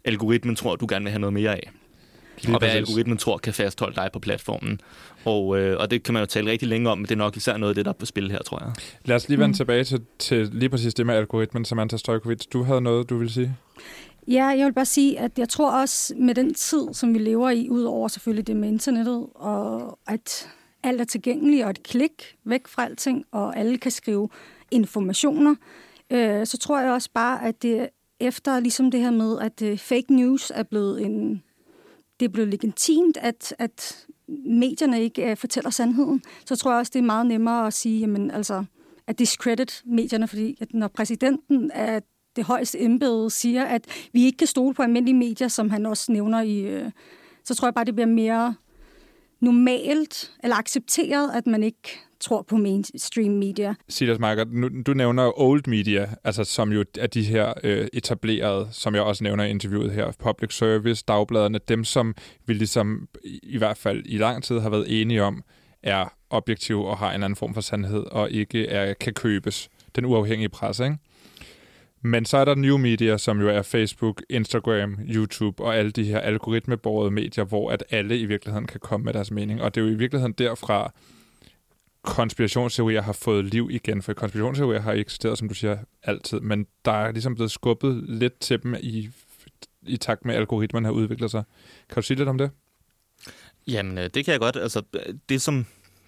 algoritmen tror, du gerne vil have noget mere af. Lige og hvad præcis. Algoritmen tror kan fastholde dig på platformen. Og, øh, og det kan man jo tale rigtig længe om, men det er nok især noget af det, der er på spil her, tror jeg. Lad os lige vende mm. tilbage til, til lige præcis det med algoritmen, Samantha Stojkovic. Du havde noget, du ville sige? Ja, jeg vil bare sige, at jeg tror også med den tid, som vi lever i, udover selvfølgelig det med internettet, og at alt er tilgængeligt, og et klik væk fra alting, og alle kan skrive informationer, øh, så tror jeg også bare, at det efter ligesom det her med, at øh, fake news er blevet en... Det er blevet legitimt, at, at medierne ikke uh, fortæller sandheden. Så tror jeg også, det er meget nemmere at sige, jamen, altså, at discredit medierne, fordi at når præsidenten af det højeste embede siger, at vi ikke kan stole på almindelige medier, som han også nævner i, uh, så tror jeg bare, det bliver mere normalt eller accepteret, at man ikke tror på mainstream media. Silas Marker, du nævner old media, altså som jo er de her øh, etablerede, som jeg også nævner i interviewet her, public service, dagbladene, dem som vi ligesom i hvert fald i lang tid har været enige om, er objektive og har en eller anden form for sandhed, og ikke er, kan købes. Den uafhængige presse, ikke? Men så er der new media, som jo er Facebook, Instagram, YouTube og alle de her algoritmebårede medier, hvor at alle i virkeligheden kan komme med deres mening. Og det er jo i virkeligheden derfra, konspirationsteorier har fået liv igen, for konspirationsteorier har eksisteret, som du siger, altid, men der er ligesom blevet skubbet lidt til dem i, i takt med, at algoritmerne har udviklet sig. Kan du sige lidt om det? Jamen, det kan jeg godt. Altså, det som,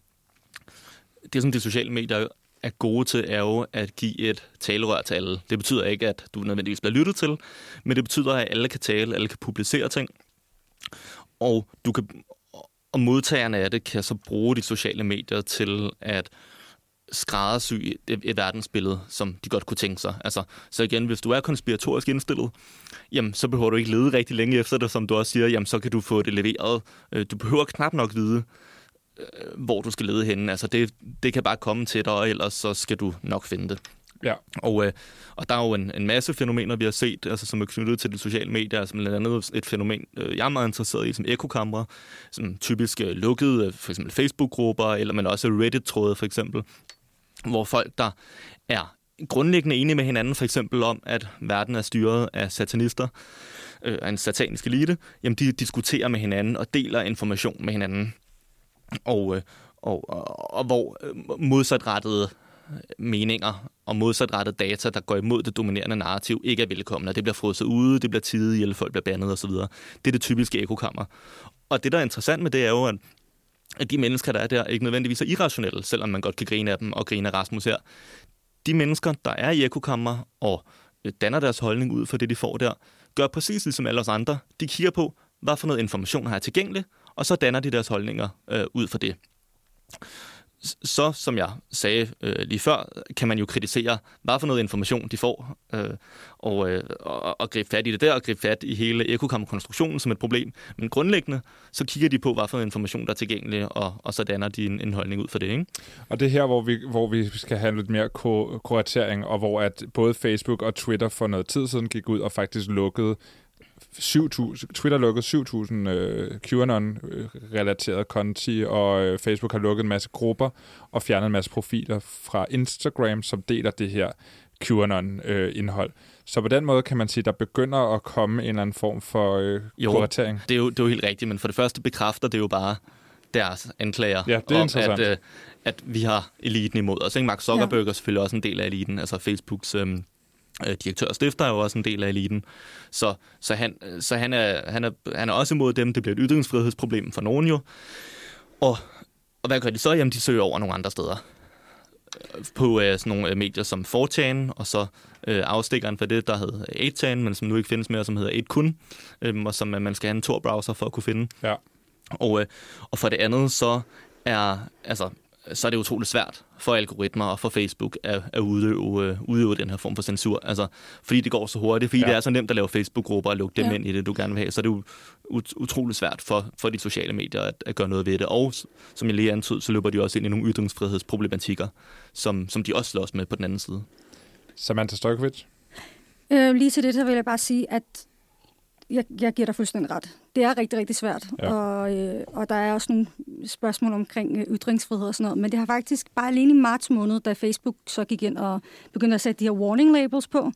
det, som de sociale medier er gode til, er jo at give et talerør til alle. Det betyder ikke, at du nødvendigvis bliver lyttet til, men det betyder, at alle kan tale, alle kan publicere ting, og du kan... Og modtagerne af det kan så bruge de sociale medier til at skræddersy et, et verdensbillede, som de godt kunne tænke sig. Altså, så igen, hvis du er konspiratorisk indstillet, jamen, så behøver du ikke lede rigtig længe efter det, som du også siger, jamen, så kan du få det leveret. Du behøver knap nok vide, hvor du skal lede henne. Altså, det, det kan bare komme til dig, og ellers så skal du nok finde det. Ja. Og, øh, og der er jo en, en masse fænomener, vi har set, altså, som er knyttet til de sociale medier, altså blandt andet et fænomen, øh, jeg er meget interesseret i, som ekokamre, som typisk øh, lukkede, for eksempel Facebook-grupper, eller men også Reddit-tråde, for eksempel, hvor folk, der er grundlæggende enige med hinanden, for eksempel om, at verden er styret af satanister, øh, af en satanisk elite, jamen de diskuterer med hinanden og deler information med hinanden. Og, øh, og, og, og hvor øh, modsatrettede meninger og modsatrettede data, der går imod det dominerende narrativ, ikke er velkomne. Det bliver frosset ude, det bliver tidet ihjel, folk bliver bandet osv. Det er det typiske ekokammer. Og det, der er interessant med det, er jo, at at de mennesker, der er der, ikke nødvendigvis er irrationelle, selvom man godt kan grine af dem og grine af Rasmus her. De mennesker, der er i ekokammer og danner deres holdning ud for det, de får der, gør præcis ligesom alle os andre. De kigger på, hvad for noget information har jeg tilgængelig, og så danner de deres holdninger øh, ud for det. Så, som jeg sagde øh, lige før, kan man jo kritisere, hvad for noget information de får, øh, og, øh, og, og gribe fat i det der, og gribe fat i hele ekokammerkonstruktionen som et problem. Men grundlæggende, så kigger de på, hvad for noget information, der er tilgængelig, og, og så danner de en, en holdning ud for det, ikke? Og det er her, hvor vi, hvor vi skal have lidt mere ko- kuratering, og hvor at både Facebook og Twitter for noget tid siden gik ud og faktisk lukkede syv tusind, Twitter lukkede syv tusind øh, QAnon-relaterede konti, og øh, Facebook har lukket en masse grupper og fjernet en masse profiler fra Instagram, som deler det her QAnon-indhold. Så på den måde kan man sige, der begynder at komme en eller anden form for øh, jo, kuratering. Det er, jo, det er jo helt rigtigt, men for det første bekræfter det jo bare deres anklager ja, det er om, at, øh, at vi har eliten imod os. Mark Zuckerberg ja. er selvfølgelig også en del af eliten, altså Facebooks øh, direktør og stifter er jo også en del af eliten. Så, så, han, så han, er, han, er, han er også imod dem. Det bliver et ytringsfrihedsproblem for nogen jo. Og, og hvad gør de så? Jamen, de søger over nogle andre steder. På øh, sådan nogle medier som four chan, og så øh, afstikkeren for det, der hedder eight chan, men som nu ikke findes mere, som hedder eight kun, øh, og som man skal have en Tor-browser for at kunne finde. Ja. Og, øh, og for det andet, så er, altså, så er det utroligt svært for algoritmer og for Facebook at, at udøve, uh, udøve den her form for censur. Altså, fordi det går så hurtigt, fordi ja. det er så nemt at lave Facebook-grupper og lukke dem ja. ind i det, du gerne vil have, så er det jo ut- utroligt svært for, for de sociale medier at, at gøre noget ved det. Og som jeg lige antydede, så løber de også ind i nogle ytringsfrihedsproblematikker, som, som de også slås med på den anden side. Samantha Stojkovic? Øh, lige til det, så vil jeg bare sige, at Jeg, jeg giver dig fuldstændig ret. Det er rigtig, rigtig svært, ja. og, øh, og der er også nogle spørgsmål omkring øh, ytringsfrihed og sådan noget, men det har faktisk bare alene i marts måned, da Facebook så gik ind og begyndte at sætte de her warning labels på,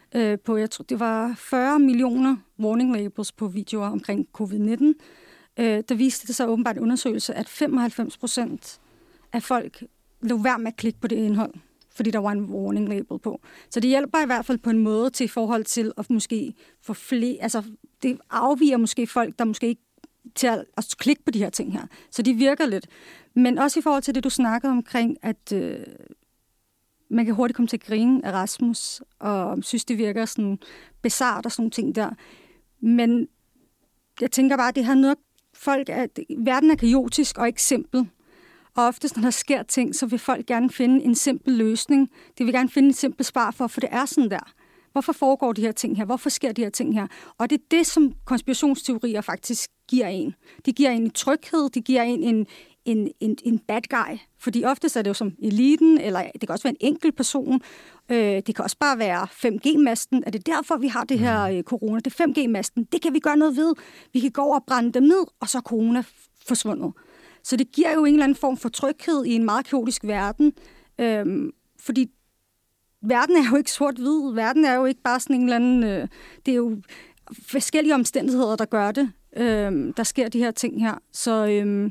øh, på, jeg tror, det var fyrre millioner warning labels på videoer omkring covid nitten. Øh, der viste det sig åbenbart en undersøgelse, at femoghalvfems procent af folk lå værd med at klikke på det indhold, fordi der var en warning label på. Så det hjælper i hvert fald på en måde til i forhold til at måske få flere, altså det afviger måske folk, der måske ikke til at, at klikke på de her ting her. Så de virker lidt. Men også i forhold til det, du snakkede omkring, at øh, man kan hurtigt komme til at grine af Rasmus, og synes, det virker sådan bizarrt og sådan nogle ting der. Men jeg tænker bare, at det har noget, folk er, verden er kaotisk og ikke simpel. Og oftest, når der sker ting, så vil folk gerne finde en simpel løsning. De vil gerne finde en simpel svar for, for det er sådan der. Hvorfor foregår de her ting her? Hvorfor sker de her ting her? Og det er det, som konspirationsteorier faktisk giver en. De giver en tryghed, de giver en en, en, en, en bad guy. Fordi oftest er det jo som eliten, eller det kan også være en enkelt person. Øh, det kan også bare være fem G-masten. Er det derfor, vi har det her øh, corona? Det er fem G-masten. Det kan vi gøre noget ved. Vi kan gå over og brænde dem ned, og så er corona forsvundet. Så det giver jo en eller anden form for tryghed i en meget kaotisk verden. Øhm, fordi verden er jo ikke sort-hvid. Verden er jo ikke bare sådan en eller anden... Øh, det er jo forskellige omstændigheder, der gør det. Øhm, der sker de her ting her. Så, øhm,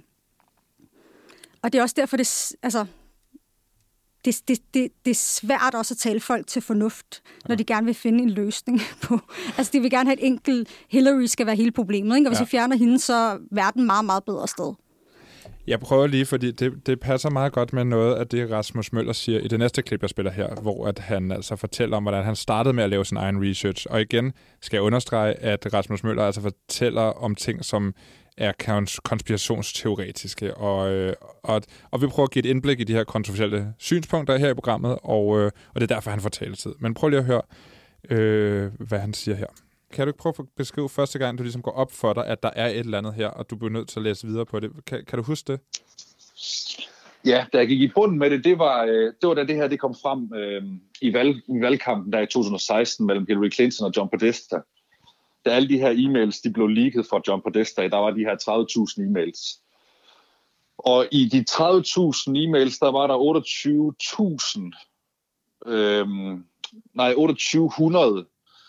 og det er også derfor, det, altså, det, det, det, det er svært også at tale folk til fornuft, når de gerne vil finde en løsning på... Altså, de vil gerne have et enkelt... Hillary skal være hele problemet, ikke? Og hvis ja. vi fjerner hende, så er verden meget, meget bedre sted. Jeg prøver lige, fordi det, det passer meget godt med noget af det, Rasmus Møller siger i det næste klip, jeg spiller her, hvor at han altså fortæller om, hvordan han startede med at lave sin egen research. Og igen skal jeg understrege, at Rasmus Møller altså fortæller om ting, som er konspirationsteoretiske. Og, og, og vi prøver at give et indblik i de her kontroversielle synspunkter her i programmet, og, og det er derfor, han får taletid. Men prøv lige at høre, øh, hvad han siger her. Kan du ikke prøve at beskrive første gang, du ligesom går op for dig, at der er et eller andet her, og du bliver nødt til at læse videre på det? Kan, kan du huske det? Ja, da jeg gik i bunden med det, det var, det var da det her det kom frem øh, i, valg, i valgkampen der i to tusind og seksten mellem Hillary Clinton og John Podesta. Da alle de her e-mails, de blev leaket fra John Podesta, der var de her tredive tusind e-mails. Og i de tredive tusind e-mails, der var der otteogtyve tusind, øh, nej, otteogtyve hundrede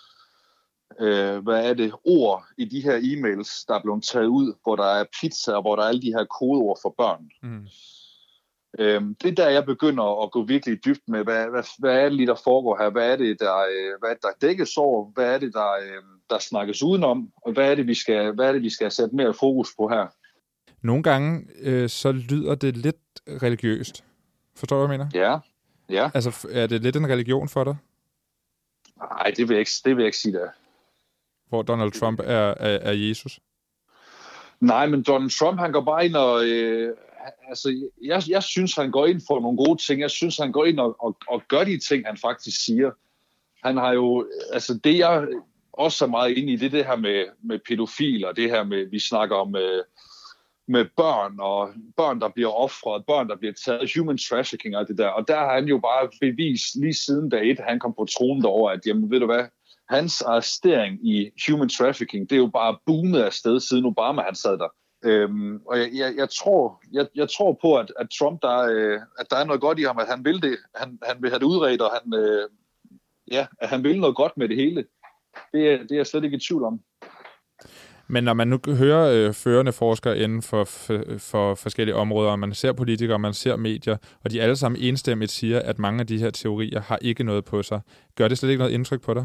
Øh, hvad er det, ord i de her e-mails, der er blevet taget ud, hvor der er pizza, og hvor der er alle de her kodeord for børn. Mm. Øhm, det er der, jeg begynder at gå virkelig dybt med, hvad, hvad, hvad er det lige, der foregår her? Hvad er det, der, hvad er det, der dækkes over? Hvad er det, der, der snakkes udenom? Og hvad er det, vi skal, hvad er det, vi skal sætte mere fokus på her? Nogle gange, øh, så lyder det lidt religiøst. Forstår du, hvad jeg mener? Ja. ja. Altså, er det lidt en religion for dig? Nej, det vil jeg ikke, det vil jeg ikke sige, der. Hvor Donald Trump er, er, er Jesus? Nej, men Donald Trump, han går bare ind og... Øh, altså, jeg, jeg synes, han går ind for nogle gode ting. Jeg synes, han går ind og, og, og gør de ting, han faktisk siger. Han har jo... Altså, det jeg også er meget inde i, det er det her med, med pædofiler, det her med, vi snakker om øh, med børn, og børn, der bliver ofret, børn, der bliver taget, human trafficking og det der. Og der har han jo bare bevist lige siden dag et, han kom på tronen derover, at jamen, ved du hvad, hans arrestering i human trafficking, det er jo bare boomet afsted, siden Obama han sad der. Øhm, og jeg, jeg, jeg, tror, jeg, jeg tror på, at, at Trump, der, øh, at der er noget godt i ham, at han vil det. Han, han vil have det udredt, og han, øh, ja, at han vil noget godt med det hele. Det er, det er jeg slet ikke i tvivl om. Men når man nu hører øh, førende forskere inden for, for, for forskellige områder, og man ser politikere, man ser medier, og de alle sammen enstemmigt siger, at mange af de her teorier har ikke noget på sig. Gør det slet ikke noget indtryk på dig?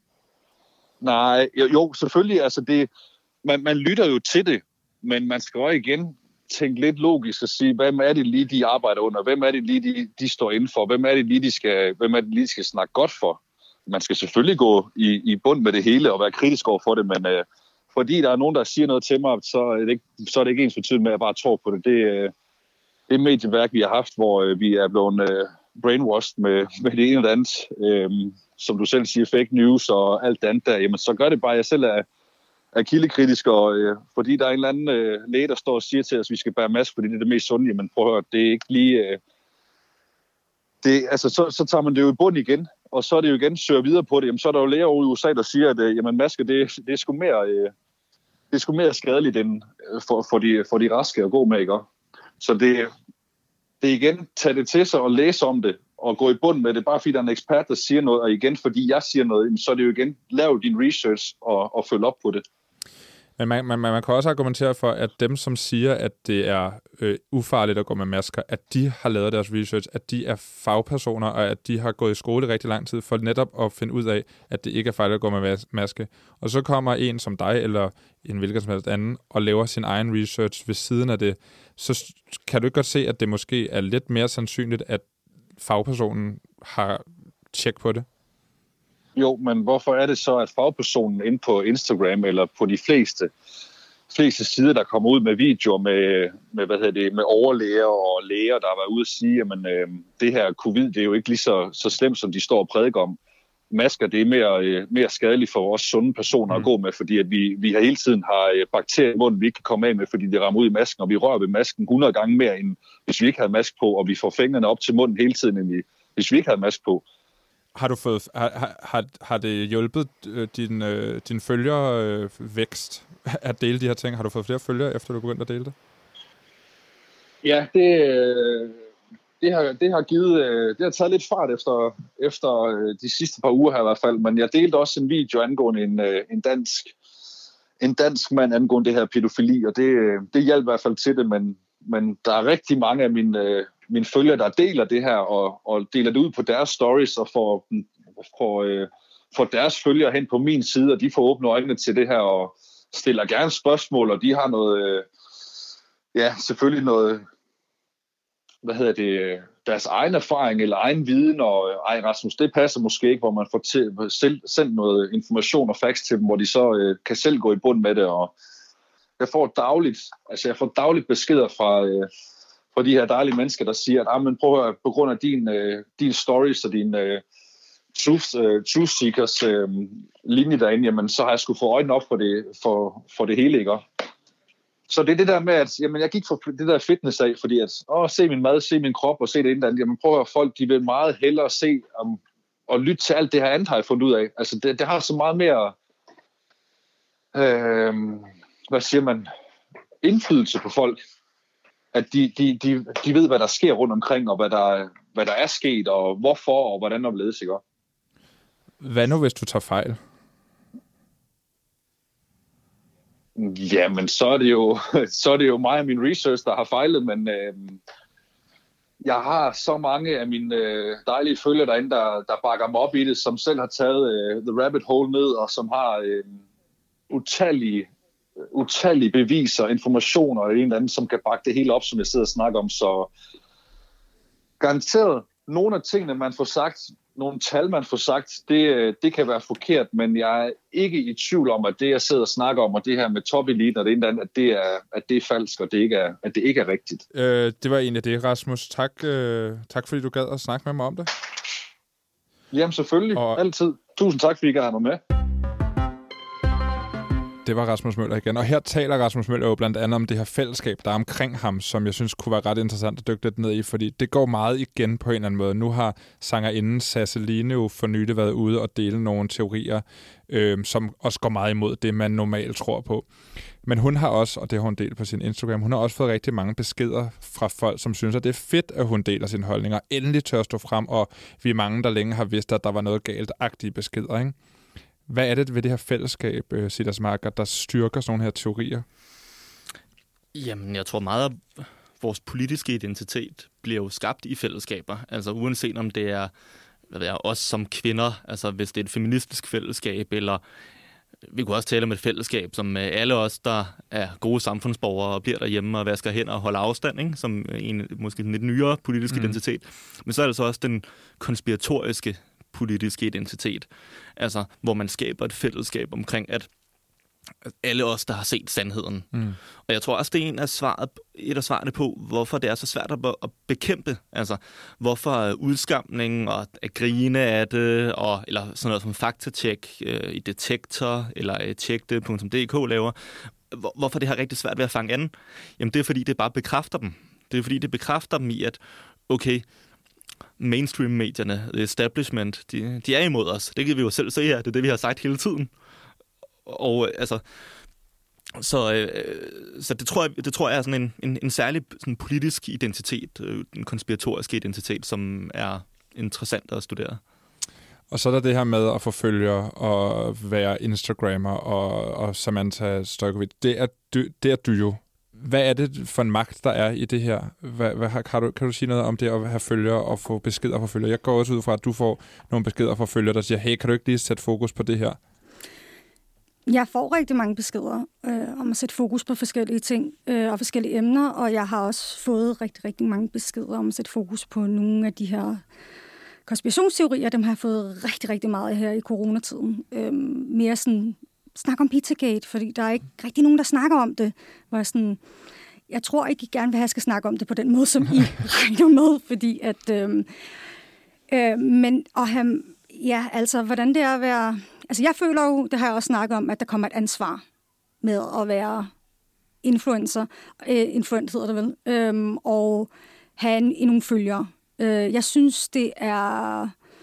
Nej, jo, jo selvfølgelig. Altså det, man, man lytter jo til det, men man skal også igen tænke lidt logisk og sige, hvem er det lige, de arbejder under? Hvem er det lige, de, de står inden for? Hvem er det lige, de skal, hvem er det lige, de skal snakke godt for? Man skal selvfølgelig gå i, i bund med det hele og være kritisk over for det, men øh, fordi der er nogen, der siger noget til mig, så er det ikke, så er det ikke ens betydende med, at jeg bare tror på det. Det, øh, det medieværk, vi har haft, hvor øh, vi er blevet øh, brainwashed med, med det ene og det andet, øh, som du selv siger, fake news og alt det andet der, jamen så gør det bare, at jeg selv er, er kildekritisk, og øh, fordi der er en eller anden øh, læge, der står og siger til os, at vi skal bære maske, fordi det er det mest sunde, jamen prøv at høre, det er ikke lige... Øh, det, altså, så, så tager man det jo i bund igen, og så er det jo igen søger videre på det, jamen så er der jo læger over i U S A, der siger, at øh, jamen, maske, det, det er sgu mere... Øh, det er sgu mere skadeligt end for, for, de, for de raske at gå med, ikke? Så det, det er igen, tag det til sig og læse om det, at gå i bund med det, bare fordi der er en ekspert, der siger noget, og igen, fordi jeg siger noget, så er det jo igen, lav din research og, og følg op på det. Men man, man, man kan også argumentere for, at dem, som siger, at det er øh, ufarligt at gå med masker, at de har lavet deres research, at de er fagpersoner, og at de har gået i skole i rigtig lang tid, for netop at finde ud af, at det ikke er farligt at gå med maske. Og så kommer en som dig, eller en hvilken som helst anden, og laver sin egen research ved siden af det. Så kan du ikke godt se, at det måske er lidt mere sandsynligt, at fagpersonen har tjek på det? Jo, men hvorfor er det så, at fagpersonen inde på Instagram eller på de fleste, fleste sider, der kommer ud med videoer med, med, hvad hedder det, med overlæger og læger, der har været ude at sige, at øh, det her covid, det er jo ikke lige så, så slemt, som de står og prædiker om. Masker, det er mere, øh, mere skadeligt for os sunde personer mm. at gå med, fordi at vi, vi har hele tiden har øh, bakterier i munden, vi ikke kan komme af med, fordi det rammer ud i masken, og vi rører ved masken hundrede gange mere, end hvis vi ikke havde mask på, og vi får fingrene op til munden hele tiden, end vi, hvis vi ikke havde mask på. Har du fået har, har, har det hjulpet øh, din øh, din følgervækst øh, at dele de her ting? Har du fået flere følgere efter du begyndte at dele det? Ja, det øh, det har det har givet øh, det har taget lidt fart efter efter øh, de sidste par uger her i hvert fald, men jeg delte også en video angående en øh, en dansk en dansk mand angående det her pædofili, og det det hjalp i hvert fald til det, men men der er rigtig mange af mine øh, mine følgere, der deler det her og, og deler det ud på deres stories og får, får, øh, får deres følgere hen på min side, og de får åbne øjnene til det her og stiller gerne spørgsmål, og de har noget, øh, ja, selvfølgelig noget, hvad hedder det, deres egen erfaring eller egen viden, og ej Rasmus, det passer måske ikke, hvor man får til, selv, sendt noget information og facts til dem, hvor de så øh, kan selv gå i bund med det, og jeg får dagligt, altså jeg får dagligt beskeder fra øh, for de her dejlige mennesker, der siger, at ah, men prøv at høre, på grund af din, øh, din stories og din øh, truth, øh, truth seekers øh, linje derinde, jamen, så har jeg sgu få øjnene op for det, for, for det hele, ikke? Så det er det der med, at jamen, jeg gik for det der fitness af, fordi at åh, se min mad, se min krop og se det ene andet. Jamen prøv at høre, folk, de vil meget hellere se um, og lytte til alt det her andet, har jeg fundet ud af. Altså det, det har så meget mere, øh, hvad siger man, indflydelse på folk, at de, de, de, de ved, hvad der sker rundt omkring, og hvad der, hvad der er sket, og hvorfor, og hvordan der ledes, ikke? Hvad nu, hvis du tager fejl? Jamen, så er det jo, så er det jo mig og min research, der har fejlet, men øh, jeg har så mange af mine øh, dejlige følgere derinde, der, der bakker mig op i det, som selv har taget øh, The Rabbit Hole ned, og som har øh, utallige utallige beviser, informationer og en eller anden, som kan bakke det hele op, som jeg sidder og snakker om. Så garanteret, nogle af tingene, man får sagt, nogle tal, man får sagt, det, det kan være forkert, men jeg er ikke i tvivl om, at det, jeg sidder og snakker om, og det her med top elite og det ene eller andet, at det er, at det er falsk, og det ikke er, at det ikke er rigtigt. Øh, det var egentlig det, Rasmus. Tak, øh, tak fordi du gad at snakke med mig om det. Jamen selvfølgelig, og altid. Tusind tak, fordi I gad mig med. Det var Rasmus Møller igen. Og her taler Rasmus Møller jo blandt andet om det her fællesskab, der er omkring ham, som jeg synes kunne være ret interessant at dykke lidt ned i, fordi det går meget igen på en eller anden måde. Nu har sangerinden Sasseline jo for nylig været ude og dele nogle teorier, øh, som også går meget imod det, man normalt tror på. Men hun har også, og det har hun delt på sin Instagram, hun har også fået rigtig mange beskeder fra folk, som synes, at det er fedt, at hun deler sine holdninger. Endelig tør stå frem, og vi er mange, der længe har vidst, at der var noget galt-agtige beskeder, ikke? Hvad er det ved det her fællesskab, Silas Marker, der styrker sådan nogle her teorier? Jamen, jeg tror meget, at vores politiske identitet bliver jo skabt i fællesskaber. Altså uanset om det er, hvad ved jeg, os som kvinder, altså hvis det er et feministisk fællesskab, eller vi kunne også tale om et fællesskab, som alle os, der er gode samfundsborgere og bliver derhjemme og vasker hænder og holder afstand, ikke? Som en måske en lidt nyere politisk mm. identitet. Men så er det så også den konspiratoriske politiske identitet, altså hvor man skaber et fællesskab omkring, at alle os, der har set sandheden. Mm. Og jeg tror også, det er en af svaret, et af svarene på, hvorfor det er så svært at, at bekæmpe. Altså, hvorfor udskamning og at grine af det, og, eller sådan noget som faktatjek øh, i Detektor, eller tjekte punktum d k laver, hvor, hvorfor det har rigtig svært ved at fange an? Jamen, det er fordi, det bare bekræfter dem. Det er fordi, det bekræfter dem i, at okay, mainstream-medierne, the establishment, de, de er imod os. Det kan vi jo selv se her. Det er det, vi har sagt hele tiden. Og altså, så, øh, så det tror jeg, det tror jeg er sådan en, en, en særlig sådan politisk identitet, øh, en konspiratorisk identitet, som er interessant at studere. Og så er der det her med at få følgere og være Instagrammer og, og Samantha Stojkovic. Det er, du, det er du jo. Hvad er det for en magt, der er i det her? Hvad, hvad, kan, du, kan du sige noget om det at have følgere og få beskeder fra følgere? Jeg går også ud fra, at du får nogle beskeder fra følgere, der siger, hey, kan du ikke lige sætte fokus på det her? Jeg får rigtig mange beskeder øh, om at sætte fokus på forskellige ting øh, og forskellige emner, og jeg har også fået rigtig, rigtig mange beskeder om at sætte fokus på nogle af de her konspirationsteorier. Dem har jeg fået rigtig, rigtig meget her i coronatiden. Øh, mere sådan, snak om Pizzagate, fordi der er ikke rigtig nogen, der snakker om det. Hvor jeg, sådan, jeg tror ikke, I gerne vil have, at jeg skal snakke om det på den måde, som I regner med, fordi at... Øh, øh, men at have, ja, altså, hvordan det er at være... Altså, jeg føler jo, det har jeg også snakket om, at der kommer et ansvar med at være influencer, øh, influencer hedder det vel, øhm, og have en, en nogle følgere. Øh, jeg synes, det er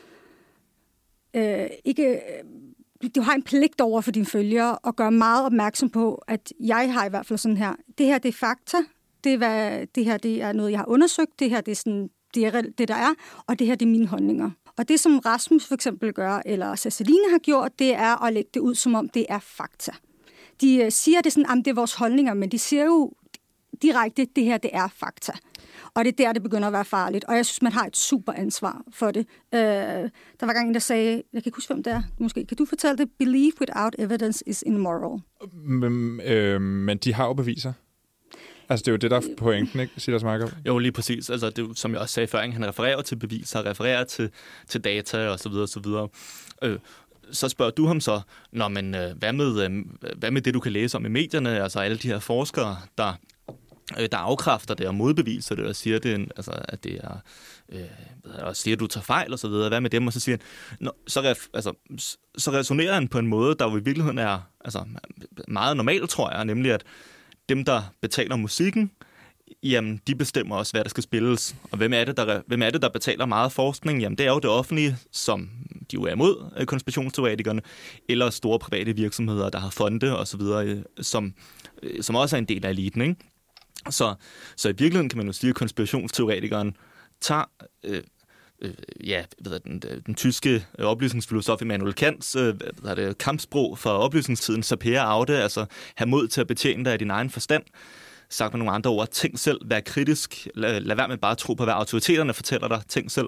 øh, ikke... Du har en pligt over for dine følgere og gør meget opmærksom på, at jeg har i hvert fald sådan her, det her det er fakta, det, er, hvad, det her det er noget, jeg har undersøgt, det her det er, sådan, det, er det, der er, og det her det er mine holdninger. Og det, som Rasmus for eksempel gør, eller Ceciline har gjort, det er at lægge det ud, som om det er fakta. De siger det sådan, at det er vores holdninger, men de siger jo direkte, det her det er fakta. Og det er der, det begynder at være farligt. Og jeg synes, man har et super ansvar for det. Øh, der var gang en, der sagde, jeg kan ikke huske, hvem det er, måske. Kan du fortælle det? Belief without evidence is immoral. Men, øh, men de har jo beviser. Altså, det er jo det, der er pointen, ikke? Silas Markov? Jo, lige præcis. Altså, det, som jeg også sagde før, han refererer til beviser, refererer til, til data og så videre, og så videre. Øh, så spørger du ham så, Nå, men, øh, hvad, med, øh, hvad med det, du kan læse om i medierne? Altså, alle de her forskere, der, øh, der afkræfter det og modbeviser det og siger, det, altså, at det er... Øh, og siger, at du tager fejl og så videre. Hvad med dem? Og så siger han, Nå, så, ref, altså, så resonerer han på en måde, der jo i virkeligheden er altså, meget normalt, tror jeg, nemlig at dem, der betaler musikken, jamen, de bestemmer også, hvad der skal spilles. Og hvem er det, der, hvem er det, der betaler meget forskning? Jamen, det er jo det offentlige, som de jo er imod konspirationsteoretikerne, eller store private virksomheder, der har fonde og så videre, som, som også er en del af eliten, ikke? Så, så i virkeligheden kan man jo sige, at konspirationsteoretikeren tager... Øh, øh, ja, ved den, den tyske oplysningsfilosof Immanuel Kants øh, hvad det, kampsprog for oplysningstiden, sapere aude, altså have mod til at betjene dig af din egen forstand. Sagt med nogle andre ord, tænk selv, vær kritisk, lad, lad være med bare at tro på, hvad autoriteterne fortæller dig, tænk selv.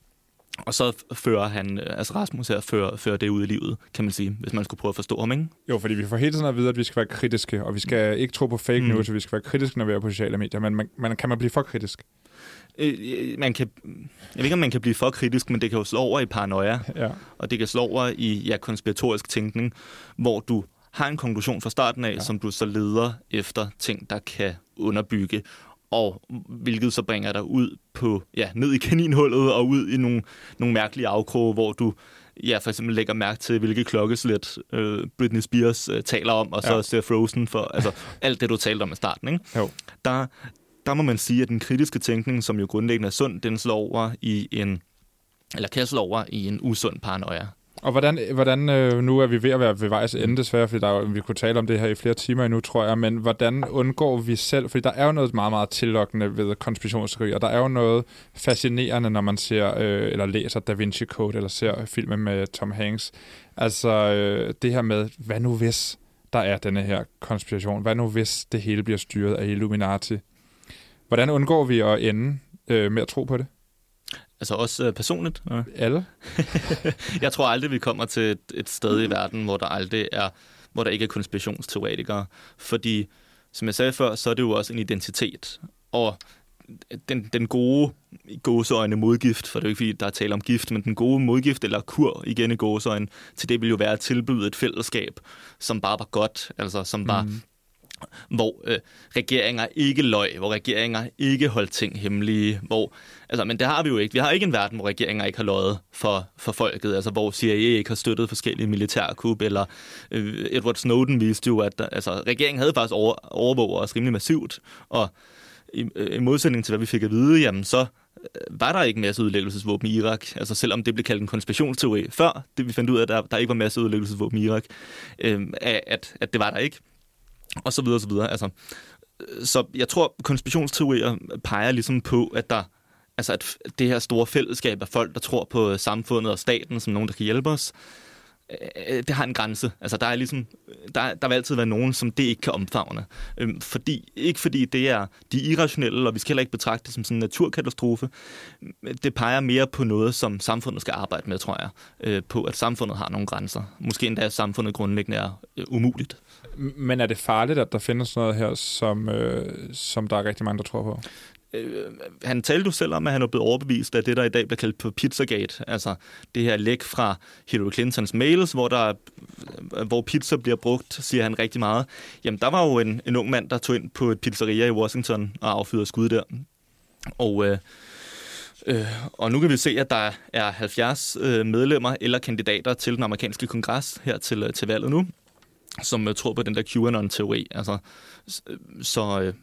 Og så fører han, altså Rasmus her, fører, fører det ud i livet, kan man sige, hvis man skulle prøve at forstå ham, ikke? Jo, fordi vi får hele tiden at vide, at vi skal være kritiske, og vi skal ikke tro på fake news, mm. og vi skal være kritiske, når vi er på sociale medier, men man, man, kan man blive for kritisk? Man kan, jeg ved ikke, om man kan blive for kritisk, men det kan jo slå over i paranoia, ja. Og det kan slå over i ja, konspiratorisk tænkning, hvor du har en konklusion fra starten af, ja. Som du så leder efter ting, der kan underbygge, og hvilket så bringer dig ud på, ja, ned i kaninhullet og ud i nogle, nogle mærkelige afkroge, hvor du ja, for eksempel lægger mærke til, hvilke klokkeslæt øh, Britney Spears øh, taler om, og så ja. ser Frozen for, altså alt det, du talte om i starten, ikke? Jo. Der, der må man sige, at den kritiske tænkning, som jo grundlæggende er sund, den slår over i en, eller kan slå over i en usund paranoia. Og hvordan, hvordan øh, nu er vi ved at være ved vejs ende, desværre, fordi der er, vi kunne tale om det her i flere timer endnu, tror jeg, men hvordan undgår vi selv, fordi der er jo noget meget, meget tillokkende ved konspirationsteorier, og der er jo noget fascinerende, når man ser, øh, eller læser Da Vinci Code, eller ser filmen med Tom Hanks. Altså øh, det her med, hvad nu hvis der er denne her konspiration? Hvad nu hvis det hele bliver styret af Illuminati? Hvordan undgår vi at ende øh, med at tro på det? Altså også øh, personligt? Ja. Alle? Jeg tror aldrig, vi kommer til et, et sted i verden, hvor der aldrig er, hvor der ikke er konspirationsteoretikere. Fordi, som jeg sagde før, så er det jo også en identitet. Og den, den gode gåseøjne modgift, for det er jo ikke fordi, der er tale om gift, men den gode modgift eller kur, igen i gåseøjne, til det vil jo være at tilbyde et fællesskab, som bare var godt, altså som var... Mm. hvor øh, regeringer ikke løg, hvor regeringer ikke holdt ting hemmelige, hvor, altså, men det har vi jo ikke. Vi har ikke en verden, hvor regeringer ikke har løjet for, for folket, altså hvor C I A ikke har støttet forskellige militærkup, eller øh, Edward Snowden viste jo, at altså, regeringen havde faktisk over, overvåget os rimelig massivt, og i, øh, i modsætning til, hvad vi fik at vide, jamen så var der ikke masseudlæggelsesvåben i Irak, altså selvom det blev kaldt en konspirationsteori før, det vi fandt ud af, at der, der ikke var masseudlæggelsesvåben i Irak, øh, at, at det var der ikke. Og så videre, og så videre. Altså, så jeg tror, konspirationsteorier peger ligesom på, at der altså at det her store fællesskab af folk, der tror på samfundet og staten som nogen, der kan hjælpe os, det har en grænse. Altså, der er ligesom, der, der vil altid være nogen, som det ikke kan omfavne. Øhm, fordi, ikke fordi det er de irrationelle, og vi skal heller ikke betragte det som sådan en naturkatastrofe. Det peger mere på noget, som samfundet skal arbejde med, tror jeg. Øh, på, at samfundet har nogle grænser. Måske endda, at samfundet grundlæggende er øh, umuligt. Men er det farligt, at der findes noget her, som, øh, som der er rigtig mange, der tror på? Øh, han talte jo selv om, at han er blevet overbevist af det, der i dag bliver kaldt på Pizzagate. Altså det her læk fra Hillary Clintons mails, hvor, der, hvor pizza bliver brugt, siger han rigtig meget. Jamen, der var jo en, en ung mand, der tog ind på et pizzeria i Washington og affyrede skud der. Og, øh, øh, og nu kan vi se, at der er halvfjerds øh, medlemmer eller kandidater til den amerikanske kongres her til, til valget nu, som øh, tror på den der QAnon-teori. Altså, så... Øh,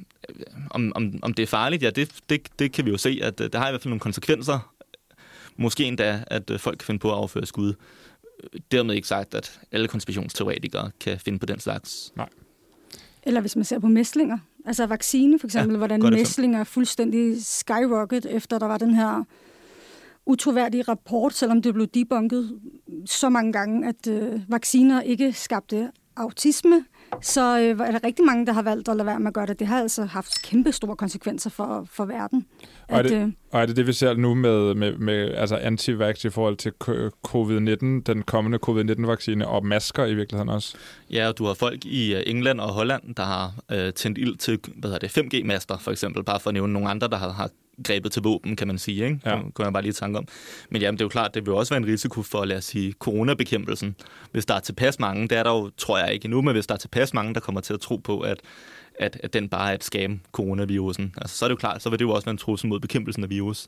Om, om, om det er farligt, ja, det, det, det kan vi jo se, at det har i hvert fald nogle konsekvenser. Måske endda, at folk kan finde på at afføre skud. Dermed ikke sagt, at alle konspirationsteoretikere kan finde på den slags. Nej. Eller hvis man ser på mæslinger. Altså vaccine for eksempel, ja, hvordan mæslinger er fuldstændig skyrocket, efter der var den her utroværdige rapport, selvom det blev debunket så mange gange, at øh, vacciner ikke skabte autisme. Så øh, er der rigtig mange, der har valgt at lade være med at gøre det. Det har altså haft kæmpe store konsekvenser for, for verden. Og er, at, det, øh, og er det det, vi ser nu med, med, med altså anti-vax i forhold til covid nitten, den kommende covid nitten-vaccine, og masker i virkeligheden også? Ja, og du har folk i England og Holland, der har øh, tændt ild til hvad hedder det, fem G-master, for eksempel, bare for at nævne nogle andre, der har, har grebet til våben, kan man sige. Ikke? Ja. Det kunne jeg bare lige tænke om. Men jamen, det er jo klart, det vil også være en risiko for, lad os sige, coronabekæmpelsen. Hvis der er tilpas mange, det er der jo, tror jeg ikke endnu, men hvis der er tilpas mange, der kommer til at tro på, at, at, at den bare er et scam, coronavirusen, altså, så er det jo klart, så vil det jo også være en trussel mod bekæmpelsen af virus.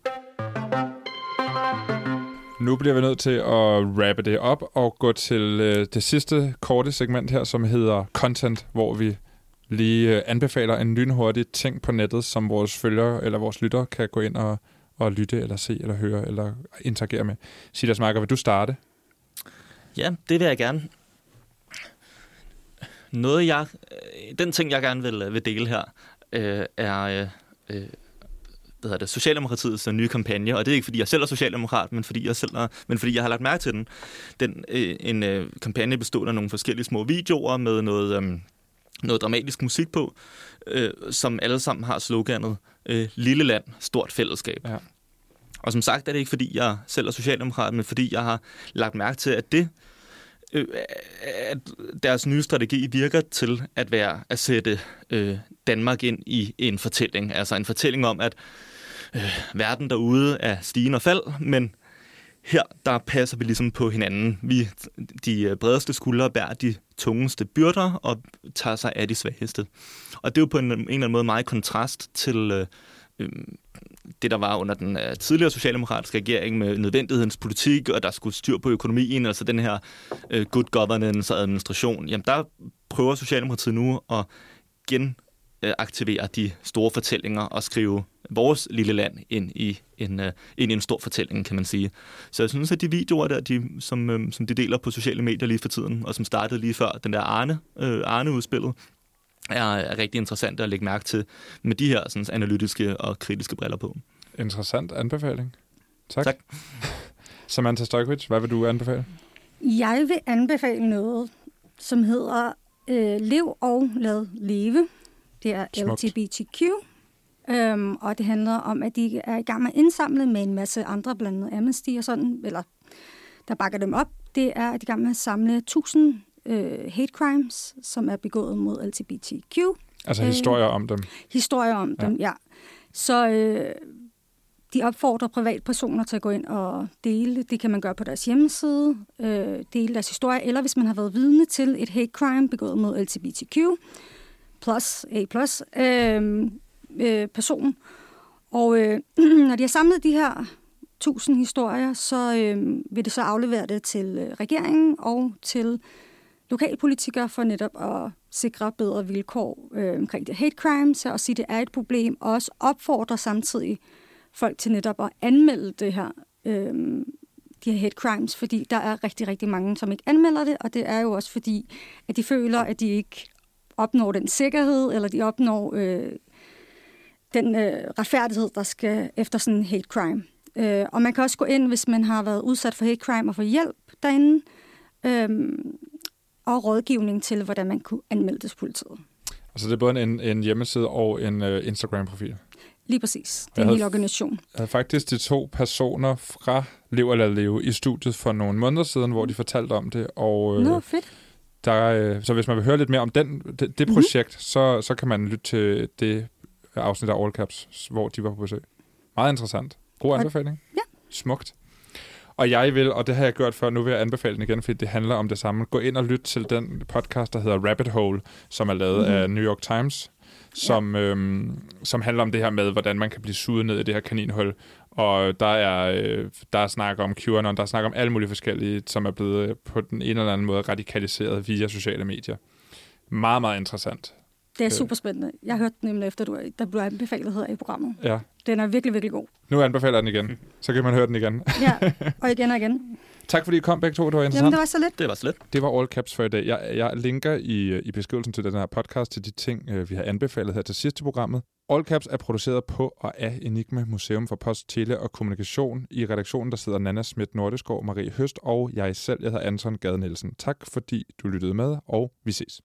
Nu bliver vi nødt til at wrappe det op og gå til øh, det sidste korte segment her, som hedder Content, hvor vi lige anbefaler en lynhurtig ting på nettet, som vores følgere eller vores lyttere kan gå ind og, og lytte, eller se, eller høre, eller interagere med. Silas Marker, vil du starte? Ja, det vil jeg gerne. Noget jeg, den ting, jeg gerne vil, vil dele her, øh, er øh, hvad hedder det, Socialdemokratiets nye kampagne, og det er ikke, fordi jeg selv er socialdemokrat, men fordi jeg, selv er, men fordi jeg har lagt mærke til den. den øh, en øh, kampagne består af nogle forskellige små videoer med noget... Øh, noget dramatisk musik på, øh, som alle sammen har sloganet øh, Lille land, stort fællesskab. Ja. Og som sagt er det ikke, fordi jeg selv er socialdemokrat, men fordi jeg har lagt mærke til, at det, øh, at deres nye strategi virker til at være at sætte øh, Danmark ind i en fortælling. Altså en fortælling om, at øh, verden derude er stigende og fald, men her, der passer vi ligesom på hinanden. Vi, de bredeste skuldre bærer de tungeste byrder og tager sig af de svageste. Og det er jo på en, en eller anden måde meget kontrast til øh, det, der var under den øh, tidligere socialdemokratiske regering med nødvendighedens politik, og der skulle styr på økonomien, altså den her øh, good governance og administration. Jamen, der prøver Socialdemokratiet nu at genaktivere de store fortællinger og skrive vores lille land ind i en, uh, ind i en stor fortælling, kan man sige. Så jeg synes, at de videoer der, de, som, um, som de deler på sociale medier lige for tiden, og som startede lige før den der Arne, uh, Arne-udspillet, er, er rigtig interessant at lægge mærke til med de her sådan, analytiske og kritiske briller på. Interessant anbefaling. Tak. tak. Samantha Stojkovic, hvad vil du anbefale? Jeg vil anbefale noget, som hedder øh, Lev og lad leve. Det er Smukt. L G B T Q. Øhm, og det handler om, at de er i gang med at indsamle med en masse andre, blandt andet Amnesty og sådan, eller der bakker dem op. Det er, at de er i gang med at samle tusind øh, hate crimes, som er begået mod L G B T Q. Altså historier øh, om dem? Historier om ja. dem, ja. Så øh, de opfordrer privatpersoner til at gå ind og dele. Det kan man gøre på deres hjemmeside, øh, dele deres historier, eller hvis man har været vidne til et hate crime begået mod L G B T Q, plus A plus, øh, øh, person. Og øh, når de har samlet de her tusind historier, så øh, vil det så aflevere det til øh, regeringen og til lokalpolitikere for netop at sikre bedre vilkår øh, omkring det hate crimes, og sige, at det er et problem, og også opfordre samtidig folk til netop at anmelde det her, øh, de her hate crimes, fordi der er rigtig, rigtig mange, som ikke anmelder det, og det er jo også fordi, at de føler, at de ikke opnår den sikkerhed, eller de opnår øh, den øh, retfærdighed, der skal efter sådan en hate crime. Øh, og man kan også gå ind, hvis man har været udsat for hate crime, og få hjælp derinde, øh, og rådgivning til, hvordan man kunne anmelde det til politiet. Altså det er både en, en hjemmeside og en uh, Instagram-profil? Lige præcis. Det er en hel organisation. Jeg havde faktisk de to personer fra Lev og Lad Leve i studiet for nogle måneder siden, hvor de fortalte om det. Og, øh, Nå, fedt. Der, øh, så hvis man vil høre lidt mere om den, det, det projekt, mm-hmm. så, så kan man lytte til det afsnit af All Caps, hvor de var på besøg. Meget interessant. God anbefaling. Ja. Smukt. Og jeg vil, og det har jeg gjort før, nu vil jeg anbefale den igen, fordi det handler om det samme. Gå ind og lyt til den podcast, der hedder Rabbit Hole, som er lavet mm-hmm. af New York Times, som, ja. øhm, som handler om det her med, hvordan man kan blive suget ned i det her kaninhul. Og der er, øh, der er snak om QAnon, der er snak om alle mulige forskellige, som er blevet på den ene eller anden måde radikaliseret via sociale medier. Meget, meget interessant. Det er super spændende. Jeg hørte den nemlig efter, du, der blev anbefalet her i programmet. Ja. Den er virkelig, virkelig god. Nu anbefaler jeg den igen. Så kan man høre den igen. Ja, og igen og igen. Tak fordi I kom begge to. Det var interessant. Jamen, det var så lidt. Det var så lidt. Det var All Caps for i dag. Jeg, jeg linker i, i beskrivelsen til den her podcast til de ting, vi har anbefalet her til sidst i programmet. All Caps er produceret på og af Enigma Museum for Post, Tele og Kommunikation. I redaktionen der sidder Nana Schmidt Nordeskov, Marie Høst og jeg selv. Jeg hedder Anton Gade Nielsen. Tak fordi du lyttede med, og vi ses.